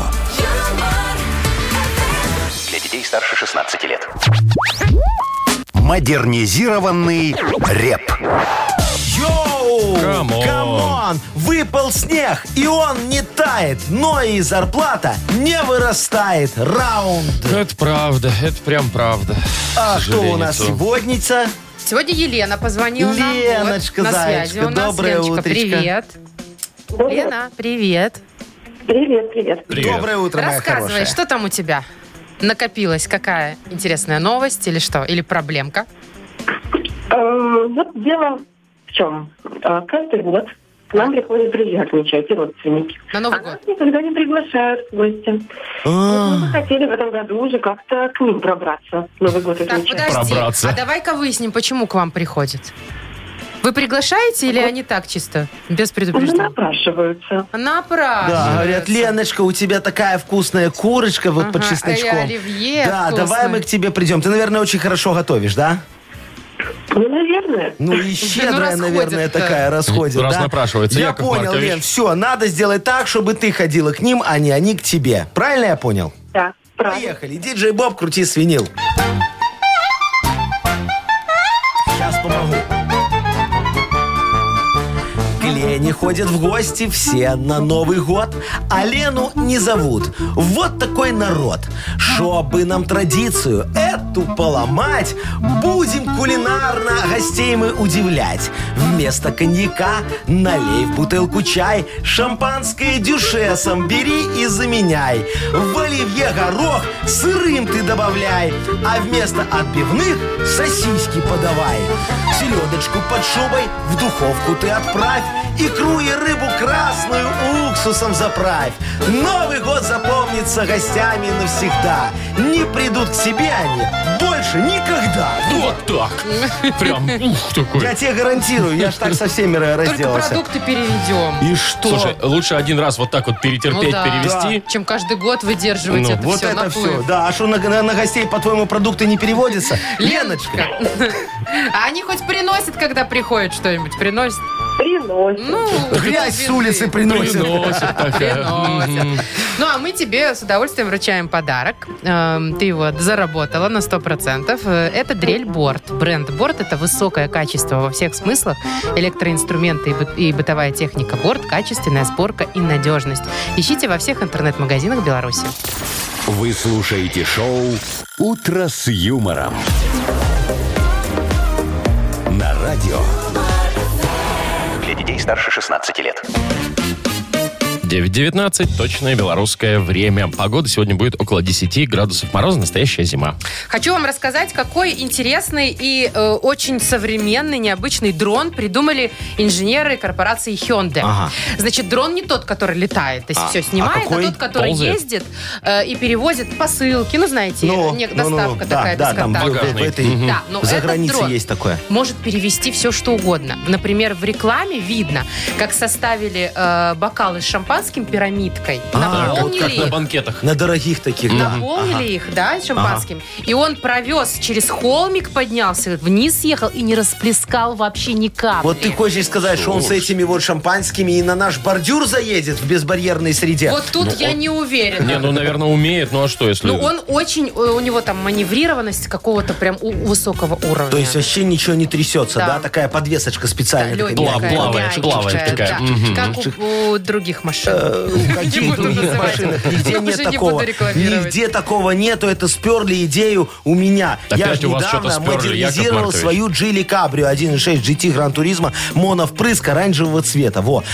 Для детей старше 16 лет. Модернизированный реп. Йоу, Оу, Камон. камон! Выпал снег, и он не тает, но и зарплата не вырастает. Раунд. Это правда, это прям правда. А что у нас сегодня-то? Сегодня Елена позвонила нам. Леночка, Вот, на зайчка, связи у нас. доброе Леночка, утречко. привет. Лена, привет. Привет. Привет. Доброе утро, моя Рассказывай, хорошая. что там у тебя? Накопилась какая интересная новость или что? Или проблемка? Вот дело в чем. Каждый год к нам приходят друзья отмечать и родственники. На Новый А год. нас никогда не приглашают в гости. Мы бы хотели в этом году уже как-то к ним пробраться. Новый год Так, отмечать. подожди. Пробраться. А давай-ка выясним, почему к вам приходят. Вы приглашаете или они так чисто, без Уже предупреждения? напрашиваются. Напрасно. Да, говорят, Леночка, у тебя такая вкусная курочка вот под Ага, чесночком. и оливье Да, вкусное. давай мы к тебе придем. Ты, наверное, очень хорошо готовишь, да? Ну, наверное. Ну и щедрая, расходят-то. наверное, такая расходит, Раз да? напрашивается, Я Яков понял, Маркович. Лен, все, надо сделать так, чтобы ты ходила к ним, а не они к тебе. Правильно я понял? Да, правильно. Поехали. Диджей Боб, крути свинил. Сейчас помогу. К Лене ходят в гости все на Новый год, а Лену не зовут. Вот такой народ. Чтобы нам традицию эту поломать, будем кулинарно гостей мы удивлять. Вместо коньяка налей в бутылку чай, шампанское дюшесом бери и заменяй. В оливье горох сырым ты добавляй, а вместо отбивных сосиски подавай. Селедочку под шубой в духовку ты отправь, икру и рыбу красную уксусом заправь. Новый год запомнится гостями навсегда. Не придут к себе они больше никогда. Вот так. Прям, ух, такой. Я тебе гарантирую, я ж так со всеми Только разделался. продукты переведем. И что? Слушай, лучше один раз вот так вот перетерпеть, Ну да. перевести. Чем каждый год выдерживать Ну, это Вот все, это наплыв. все. Да, а что на гостей, по-твоему, продукты не переводятся? Леночка. А они хоть приносят, когда приходят что-нибудь? Приносят? Приносят. Ну, Грязь с беды. улицы приносят. Приносит такая. Приносят. Ну, а мы тебе с удовольствием вручаем подарок. Ты его заработала на 100%. Это дрель Борт. Бренд Борт – это высокое качество во всех смыслах. Электроинструменты и бытовая техника Борт, качественная сборка и надежность. Ищите во всех интернет-магазинах Беларуси. Вы слушаете шоу «Утро с юмором». На радио. Для детей старше 16 лет. 9:19, точное белорусское время. Погода сегодня будет около 10 градусов мороза, настоящая зима. Хочу вам рассказать, какой интересный и очень современный, необычный дрон придумали инженеры корпорации Hyundai. Ага. Значит, дрон не тот, который летает, то есть все снимает, а, какой? тот, который Ползает? ездит и перевозит посылки. Ну, знаете, доставка такая да, там бесконтактная. в этой... Да, но За этот границей дрон есть такое. может перевести все, что угодно. Например, в рекламе видно, как составили бокалы с шампанским пирамидкой, вот наполнили Как на их, банкетах. На дорогих таких, да. наполнили их, да, шампанским. И он провез через холмик, поднялся, вниз съехал и не расплескал вообще ни капли. Вот ты хочешь сказать, что он с этими вот шампанскими и на наш бордюр заедет в безбарьерной среде? Вот тут я не уверена. Не, ну, наверное, умеет. Ну, а что, если... Ну, он очень, у него там маневрированность какого-то прям высокого уровня. То есть вообще ничего не трясется, Да. да? Такая подвесочка специальная. такая легенькая, плавает, плавает такая. да. Мгм. Как у других машин. В каких буду других называть. машинах? Нигде Уже нет не такого. буду рекламировать. Нигде такого нету. Это сперли идею у меня. Я Опять же у вас что-то недавно сперли, Яков модернизировал Маркович. свою Geely Cabrio 1.6 GT Gran Turismo моновпрыск оранжевого цвета. Во.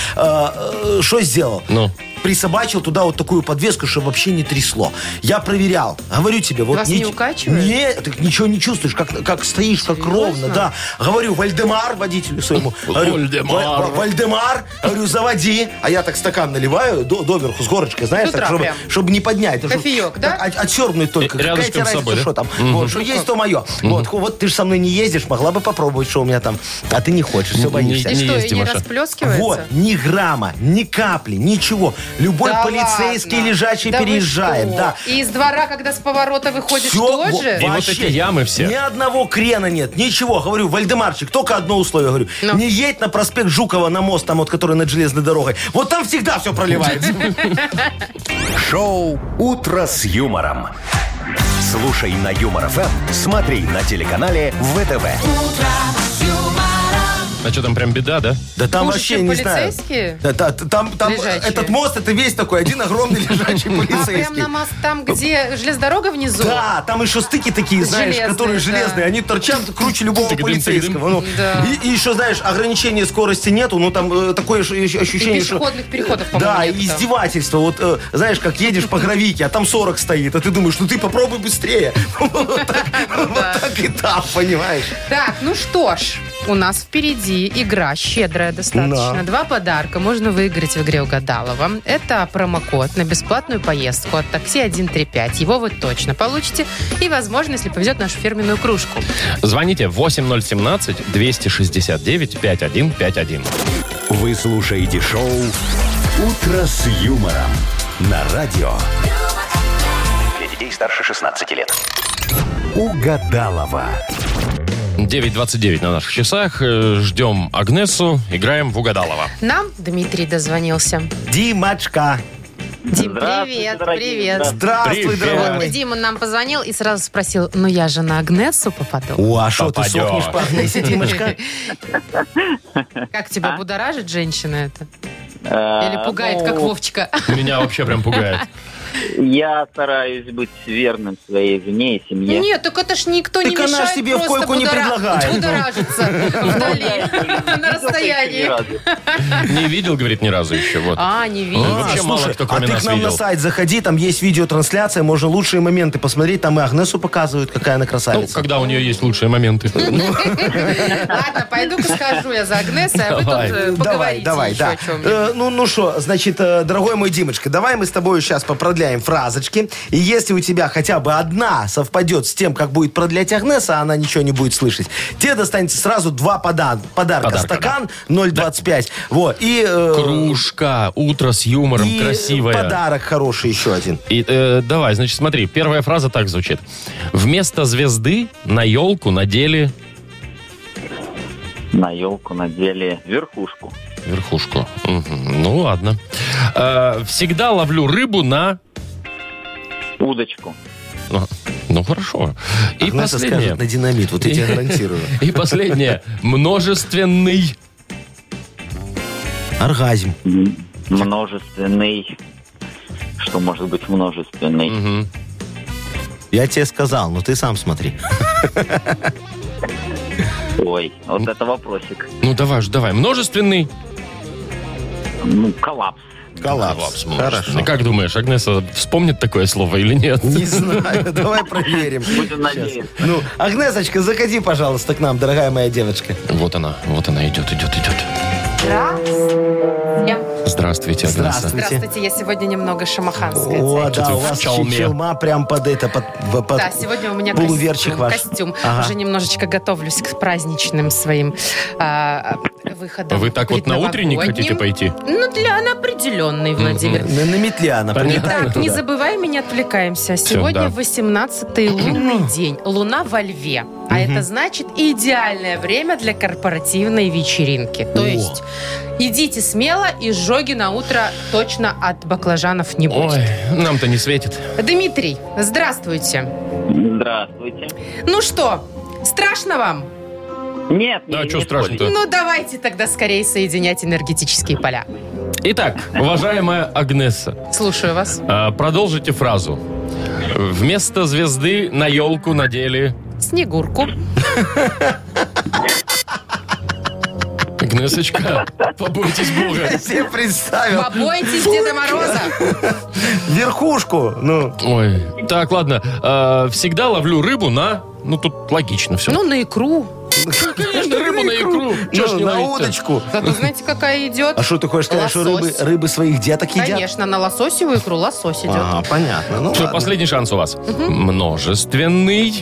Что сделал? Ну. Присобачил туда вот такую подвеску, чтобы вообще не трясло. Я проверял. Говорю тебе, вот... Вас не укачивает? Нет, ты ничего не чувствуешь, как стоишь, как ровно, да. Говорю, Вальдемар, водителю своему. Говорю, Вальдемар. Вальдемар, говорю, заводи. А я так стакан наливаю доверху с горочкой, знаешь, С утра так, прям. чтобы не поднять. Кофеек, да? Отсербнуть только. Какая Рядышком тебе с собой, разница, да? что там? Вот, что есть, то мое. Вот ты же со мной не ездишь, могла бы попробовать, что у меня там. А ты не хочешь, все боишься. И не что, езди, и не Маша. расплескивается? Вот, ни грамма, ни капли, ничего. Любой Да полицейский ладно? лежачий Да вы переезжает, что? да. И из двора, когда с поворота выходишь, Всё, тоже? И вот эти ямы все. Ни одного крена нет, ничего. Говорю, Вальдемарчик, только одно условие. Говорю, Ну. не едь на проспект Жукова, на мост, там вот, который над железной дорогой. Вот там всегда все проливается. Шоу «Утро с юмором». Слушай на Юмор ФМ, смотри на телеканале ВТВ. А что, там прям беда, да? Да там Хуже, вообще чем не знаю. полицейские? Там Лежачие. этот мост, это весь такой, один огромный лежачий А прям полицейский. на мост, там, где железнодорога внизу? Да, там еще стыки такие, знаешь, Железные, которые да. железные. Они торчат круче любого Тыгдым, полицейского. Ну, Да. и еще, знаешь, ограничения скорости нету. Ну, там такое И ощущение, что... пешеходных переходов, по-моему, Да, нет и там. издевательство. Вот, знаешь, как едешь по Гравике, а там 40 стоит, а ты думаешь, ну ты попробуй быстрее. Вот так и там, понимаешь? Так, ну что ж, у нас впереди игра щедрая достаточно. Да. 2 подарка можно выиграть в игре «Угадалова». Это промокод на бесплатную поездку от такси 135. Его вы точно получите. И, возможно, если повезет, нашу фирменную кружку. Звоните 8017-269-5151. Вы слушаете шоу «Утро с юмором» на радио. Для детей старше 16 лет. Угадалова. 9:29 на наших часах. Ждем Агнесу. Играем в Угадалова. Нам Дмитрий дозвонился. Димочка. Дим, Здравствуйте, привет, дорогие, привет. Здравствуй, Привет. дорогой мой. Дима нам позвонил и сразу спросил, ну я же на Агнесу попаду. О, а что ты Попадешь. сохнешь по Агнесе, Димочка? Как тебя будоражит женщина это? Или пугает, как Вовчика? Меня вообще прям пугает. Я стараюсь быть верным своей жене и семье. Нет, так это ж никто не Так она ж мешает тебе в просто койку не предлагает. будоражиться вдали, на расстоянии. Не видел, говорит, ни разу еще. Вот. Не видел. Вообще мало кто, а кроме ты нас, к нам видел. на сайт заходи, там есть видеотрансляция, можно лучшие моменты посмотреть, там и Агнесу показывают, какая она Ну, красавица. когда у нее есть лучшие моменты. Ладно, пойду-ка схожу я за Агнесой, а вы Давай. тут поговорите Давай, еще да. о чем-нибудь. Ну что, значит, дорогой мой Димочка, давай мы с тобой сейчас попродляем фразочки. И если у тебя хотя бы одна совпадет с тем, как будет продлять Агнеса, а она ничего не будет слышать, тебе достанется сразу 2 подарка. Стакан 0,25. Вот. И, Кружка, утро с юмором, и красивая. подарок хороший еще один. И, давай, значит, смотри, первая фраза так звучит. Вместо звезды на елку надели На елку надели верхушку. верхушку. Мгм. Ну, ладно. Всегда ловлю рыбу на... Удочку. Ну, хорошо. И Агнеса последнее. скажет на динамит, вот я тебе гарантирую. И последнее. Множественный. Оргазм. Множественный. Что может быть множественный? Мгм. Я тебе сказал, но ты сам смотри. Ой, вот это вопросик. Ну, давай. Множественный. Ну, коллапс. Коллапс. Хорошо. Как думаешь, Агнеса вспомнит такое слово или нет? Не знаю, давай проверим. Будем надеяться. Ну, Агнесочка, заходи, пожалуйста, к нам, дорогая моя девочка. Вот она идет. Здравствуйте, Агнеса. Здравствуйте, я сегодня немного шамаханская. О, царь. да, ты у в вас чалме. челма прям под Да, сегодня у меня полуверчик ваш. костюм. Ага. Уже немножечко готовлюсь к праздничным своим выходам. Вы так вот на утренник хотите пойти? Ну, на определенный, Владимир. На метле она Понятно. прилетает Так, не туда. забывай, мы не отвлекаемся. Сегодня да. 18-й лунный день. Луна во льве. А это значит идеальное время для корпоративной вечеринки. То есть идите смело, и сжоги на утро точно от баклажанов не будет. Ой, нам-то не светит. Дмитрий, здравствуйте. Здравствуйте. Ну что, страшно вам? Нет, Да, не что страшно-то? Ну, давайте тогда скорее соединять энергетические поля. Итак, уважаемая Агнеса, Слушаю вас. продолжите фразу. Вместо звезды на елку надели... Снегурку. Агнесочка, побойтесь Бога. Я себе представил. Побойтесь Деда Мороза. Верхушку. Ну, Ой, так, ладно. Всегда ловлю рыбу на... Ну, тут логично все. Ну, на икру. конечно, рыбу на икру. Чё ж не на ловить-то? удочку. Зато знаете, какая идет? А что ты хочешь сказать, что Лосось. рыбы своих деток едят? Конечно, на лососевую икру лосось идет. А, понятно. Ну, Все, ладно. последний шанс у вас. Множественный.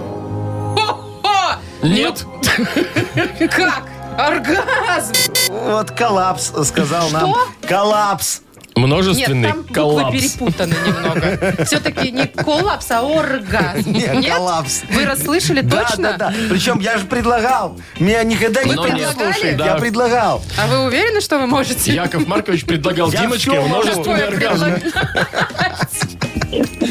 Нет. Как? Оргазм! Вот коллапс, сказал нам. Коллапс. Нет, Множественный там буквы коллапс. перепутаны немного. Все-таки не коллапс, а оргазм. Нет, коллапс. Вы расслышали Да, точно? да. Причем я же предлагал. Меня никогда никто не нет. слушает. Да. Я предлагал. А вы уверены, что вы можете? Яков Маркович предлагал Я Димочке всё могу. множественный оргазм.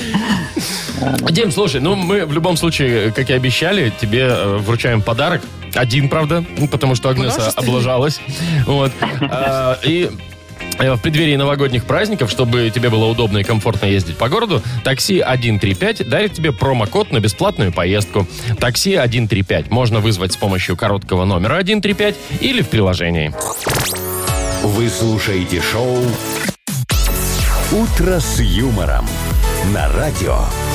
Дим, слушай, ну мы в любом случае, как и обещали, тебе вручаем подарок. Один, правда, потому что Агнеса облажалась. Вот. И в преддверии новогодних праздников, чтобы тебе было удобно и комфортно ездить по городу, такси 135 дарит тебе промокод на бесплатную поездку. Такси 135 можно вызвать с помощью короткого номера 135 или в приложении. Вы слушаете шоу «Утро с юмором» на радио.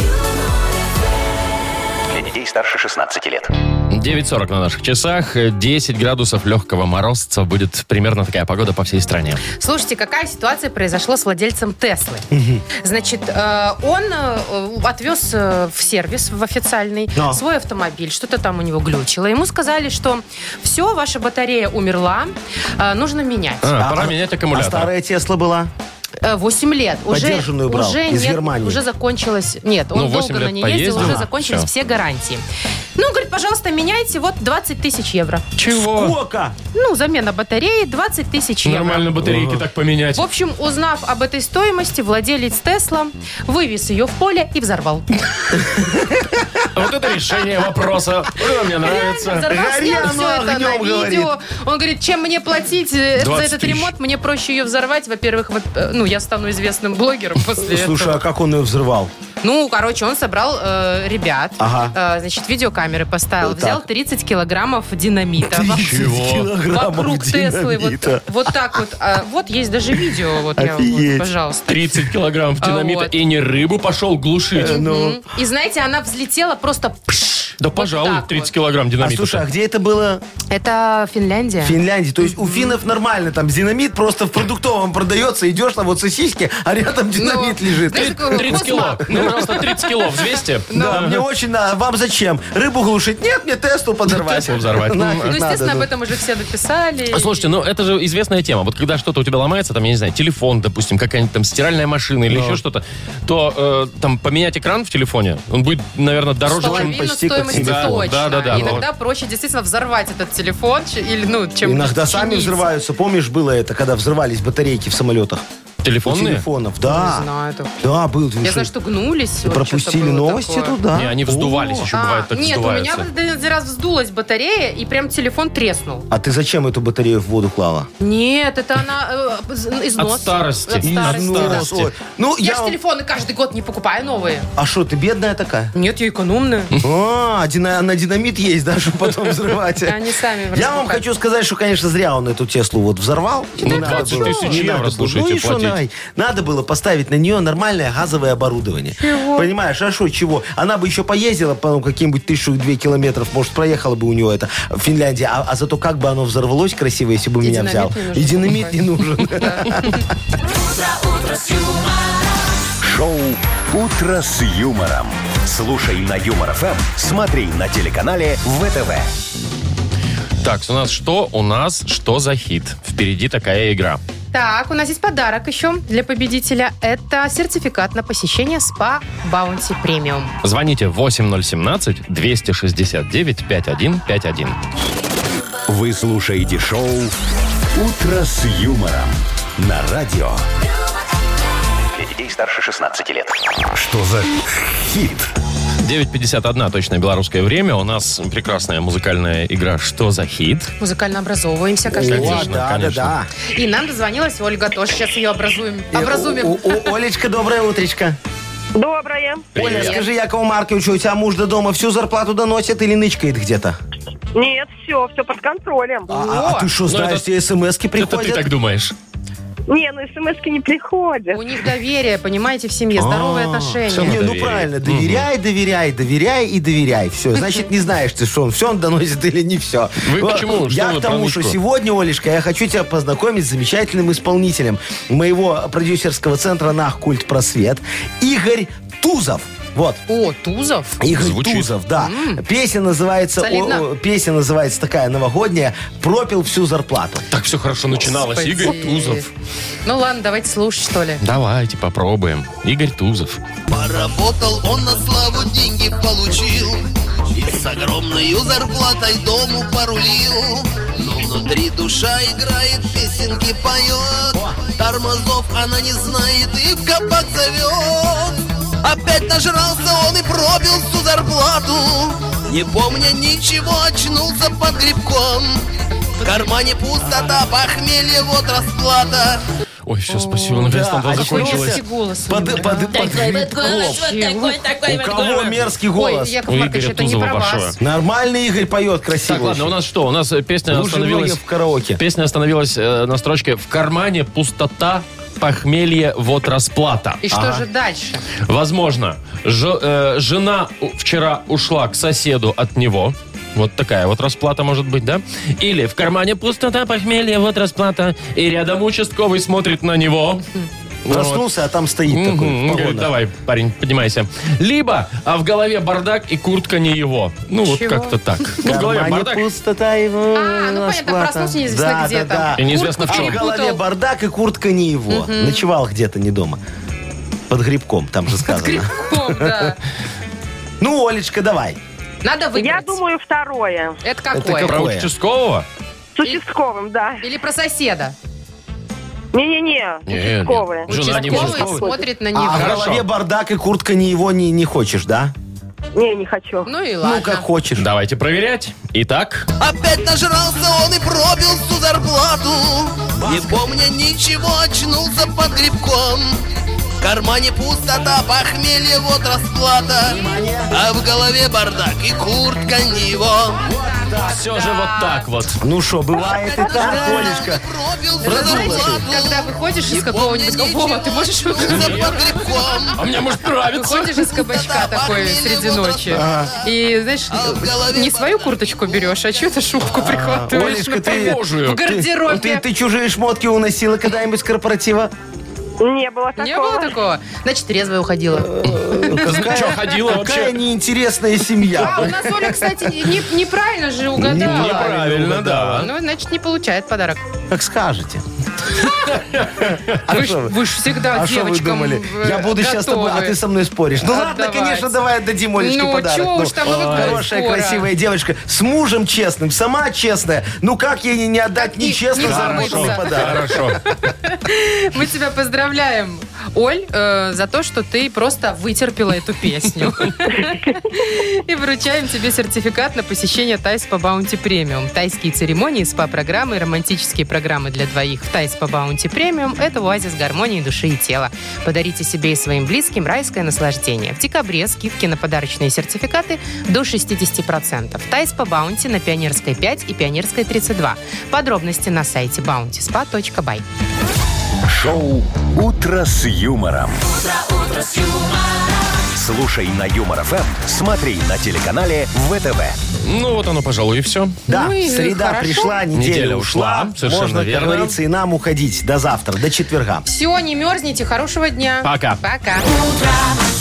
Для детей старше 16 лет. 9:40 на наших часах, 10 градусов легкого морозца. Будет примерно такая погода по всей стране. Слушайте, какая ситуация произошла с владельцем Теслы? Значит, он отвез в сервис, в официальный, свой автомобиль. Что-то там у него глючило. Ему сказали, что все, ваша батарея умерла, нужно менять. Пора менять аккумулятор. А старая Тесла была? 8 лет. Подержанную брал из Германии. Уже закончилась. Нет, он долго на ней ездил, уже закончились все гарантии. Ну, говорит, пожалуйста, меняйте, вот 20 тысяч евро. Чего? Сколько? Ну, замена батареи 20 тысяч евро. Нормально батарейки так поменять. В общем, узнав об этой стоимости, владелец Тесла вывез ее в поле и взорвал. Вот это решение вопроса. Мне нравится. Взорвал, снял все это на видео. Он говорит, чем мне платить за этот ремонт, мне проще ее взорвать. Во-первых, я стану известным блогером после этого. Слушай, а как он ее взрывал? Ну, короче, он собрал ребят, значит, видеокамеры поставил, взял 30 килограммов динамита. Вокруг Теслы. Вот так вот. Вот есть даже видео. Вот я вот, пожалуйста. 30 килограммов динамита и не рыбу пошел глушить. И знаете, она взлетела просто... Да, пожалуй, 30 килограмм динамита. Слушай, а где это было? Это Финляндия. Финляндия. То есть у финнов нормально, там динамит просто в продуктовом продается, идешь на вот сосиски, а рядом динамит лежит. 30 кило. Ну, пожалуйста, 30 кило взвесьте. Да, мне очень надо. Вам зачем? Рыбу глушить? Нет, мне Теслу подорвать. Теслу взорвать. Ну, естественно, об этом уже все написали. Слушайте, ну это же известная тема. Вот когда что-то у тебя ломается, там, я не знаю, телефон, допустим, какая-нибудь там стиральная машина или еще что-то, то там поменять экран в телефоне, он будет, наверное, дороже, чем... Половину стоимости точно. Да. Иногда проще действительно взорвать этот телефон, или, чем иногда сами взрываются. Помнишь, было это, когда взрывались батарейки в самолетах? Телефонные? Телефонов, да. Не знаю. Да, был. Я знаю, что гнулись. Пропустили новости туда? Не, они вздувались, еще бывает так вздуваются. Нет, у меня один раз вздулась батарея, и прям телефон треснул. А ты зачем эту батарею в воду клала? Нет, это она износ. От старости. Износ. Ну, я же телефоны каждый год не покупаю новые. А что, ты бедная такая? Нет, я экономная. На динамит есть, да, чтобы потом взрывать. Они сами Я вам хочу сказать, что, конечно, зря он эту Теслу вот взорвал. 20 тысяч евро, слушайте, платить. Надо было поставить на нее нормальное газовое оборудование. Чего? Понимаешь, а что, чего? Она бы еще поездила по каким-нибудь 1002 километров, может, проехала бы у нее это в Финляндии, а зато как бы оно взорвалось красиво, если бы меня взял. И динамит не нужен. Шоу «Утро с юмором». Слушай на Юмор ФМ, смотри на телеканале ВТВ. Так, у нас что за хит? Впереди такая игра. Так, у нас есть подарок еще для победителя. Это сертификат на посещение СПА Баунти Премиум. Звоните 8017-269-5151. Вы слушаете шоу «Утро с юмором» на радио. Для детей старше 16 лет. Что за хит? 9:51 точное белорусское время. У нас прекрасная музыкальная игра «Что за хит?». Музыкально образовываемся каждый день. Да. И нам дозвонилась Ольга тоже. Сейчас ее образуем. Олечка, доброе утречко. Доброе. Оля, скажи Якову Марковичу, у тебя муж до дома всю зарплату доносит или нычкает где-то? Нет, все под контролем. А ты что, знаешь, тебе смс-ки приходят? Это ты так думаешь? Не, смс-ки не приходят. У них доверие, понимаете, в семье, здоровые отношения. Ну правильно, доверяй. Все, значит, не знаешь ты, что он доносит или не все. Вы почему? Я к тому, что сегодня, Олечка, я хочу тебя познакомить с замечательным исполнителем моего продюсерского центра «Нах Культ Просвет» Игорь Тузов. Вот. О, Тузов? Игорь Тузов, да. Песня называется такая новогодняя «Пропил всю зарплату». Так все хорошо начиналось. Господи. Игорь Тузов. Ну ладно, давайте слушать, что ли. Давайте попробуем. Игорь Тузов. Поработал он на славу, деньги получил, и с огромной зарплатой дому порулил. Но внутри душа играет, песенки поет, тормозов она не знает и в кабак зовет. Опять нажрался он и пропил всю зарплату, Не помня ничего, очнулся под грибком. В кармане пустота, похмелье, вот расплата. Ой, все, спасибо, наконец-то Да, там закончилось. Мерзкий голос. Под У кого мерзкий голос? Ой, Яков У Маркович, Игоря это не Тузова про большое. вас. Нормальный Игорь поет красиво. Так, ладно, у нас что? У нас песня Лучше остановилась... в караоке. Песня остановилась на строчке «В кармане пустота, похмелье, вот расплата». И что же дальше? Возможно, жена вчера ушла к соседу от него. Вот такая вот расплата может быть, да? Или в кармане пустота, похмелье, вот расплата. И рядом участковый смотрит на него. Проснулся, а там стоит такой. в Говорит, погонах. давай, парень, поднимайся. Либо, в голове бардак и куртка не его. Ну, вот Чего? как-то так. Ну, в голове Кармане бардак. пустота его. Ну понятно, расплата. проснулся неизвестно Да, где да, да. И неизвестно в А чем. в голове бардак и куртка не его. Ночевал где-то не дома. Под грибком, там же сказано. Да. Ну, Олечка, давай. Надо выбрать. Я думаю, второе. Это какое? Про Какое? участкового? С участковым, да. Или про соседа? Не-не-не, Не, участковые. не. Жена не Участковый участковый. смотрит на А него. в голове бардак и куртка не его не хочешь, да? Не хочу. Ну и Ну, ладно. как хочешь. Давайте проверять. Итак, Опять нажрался он и пробил всю зарплату. Не помня ничего, очнулся под грибком. В кармане пустота, похмелье, вот расплата. А в голове бардак и куртка не его. все же вот так вот. Ну что, бывает и так, Олечка. Пробил всю Продумала. зарплату. Когда выходишь из какого-нибудь кафе, ты можешь Очнулся под грибком. А мне может нравится. выходишь из кабачка такой среди ночи. И, знаешь, не свою курточку берешь, а чью-то шубку прихватываешь. Олечка, ты... Похожую. В гардеробе. Ты чужие шмотки уносила когда-нибудь с корпоратива? Не было такого. Не было такого? Значит, трезвая уходила. Что, ходила Какая вообще? неинтересная семья. А, у нас Оля, кстати, неправильно же угадала. Неправильно, да. Ну, значит, не получает подарок. Как скажете. Вы ж всегда А что вы девочкам думали? Я буду сейчас с тобой, а готовы. ты со мной споришь. Ну ладно, Отдавать. конечно, давай отдадим Олечке Ну, подарок. чё уж там, вы Хорошая, скоро. красивая девочка. С мужем честным, сама честная. Ну как ей не отдать Как не нечестно заработанный помыться. подарок? Хорошо. Мы тебя поздравляем, Оль, за то, что ты просто вытерпела эту песню. И вручаем тебе сертификат на посещение Тайс по Баунти Премиум. Тайские церемонии, СПА-программы и романтические программы для двоих в Тайс по Баунти Премиум – это оазис гармонии души и тела. Подарите себе и своим близким райское наслаждение. В декабре скидки на подарочные сертификаты до 60%. Тайс по Баунти на Пионерской 5 и Пионерской 32. Подробности на сайте bountyspa.by. Шоу «Утро с юмором». Слушай на Юмор ФМ, смотри на телеканале ВТВ. Ну, вот оно, пожалуй, и все. Да, Ну и среда хорошо. пришла, неделя Неделя ушла. ушла, совершенно Можно, как верно. говорится, и нам уходить до завтра, до четверга. Все, не мерзните. Хорошего дня. Пока. Пока. Утро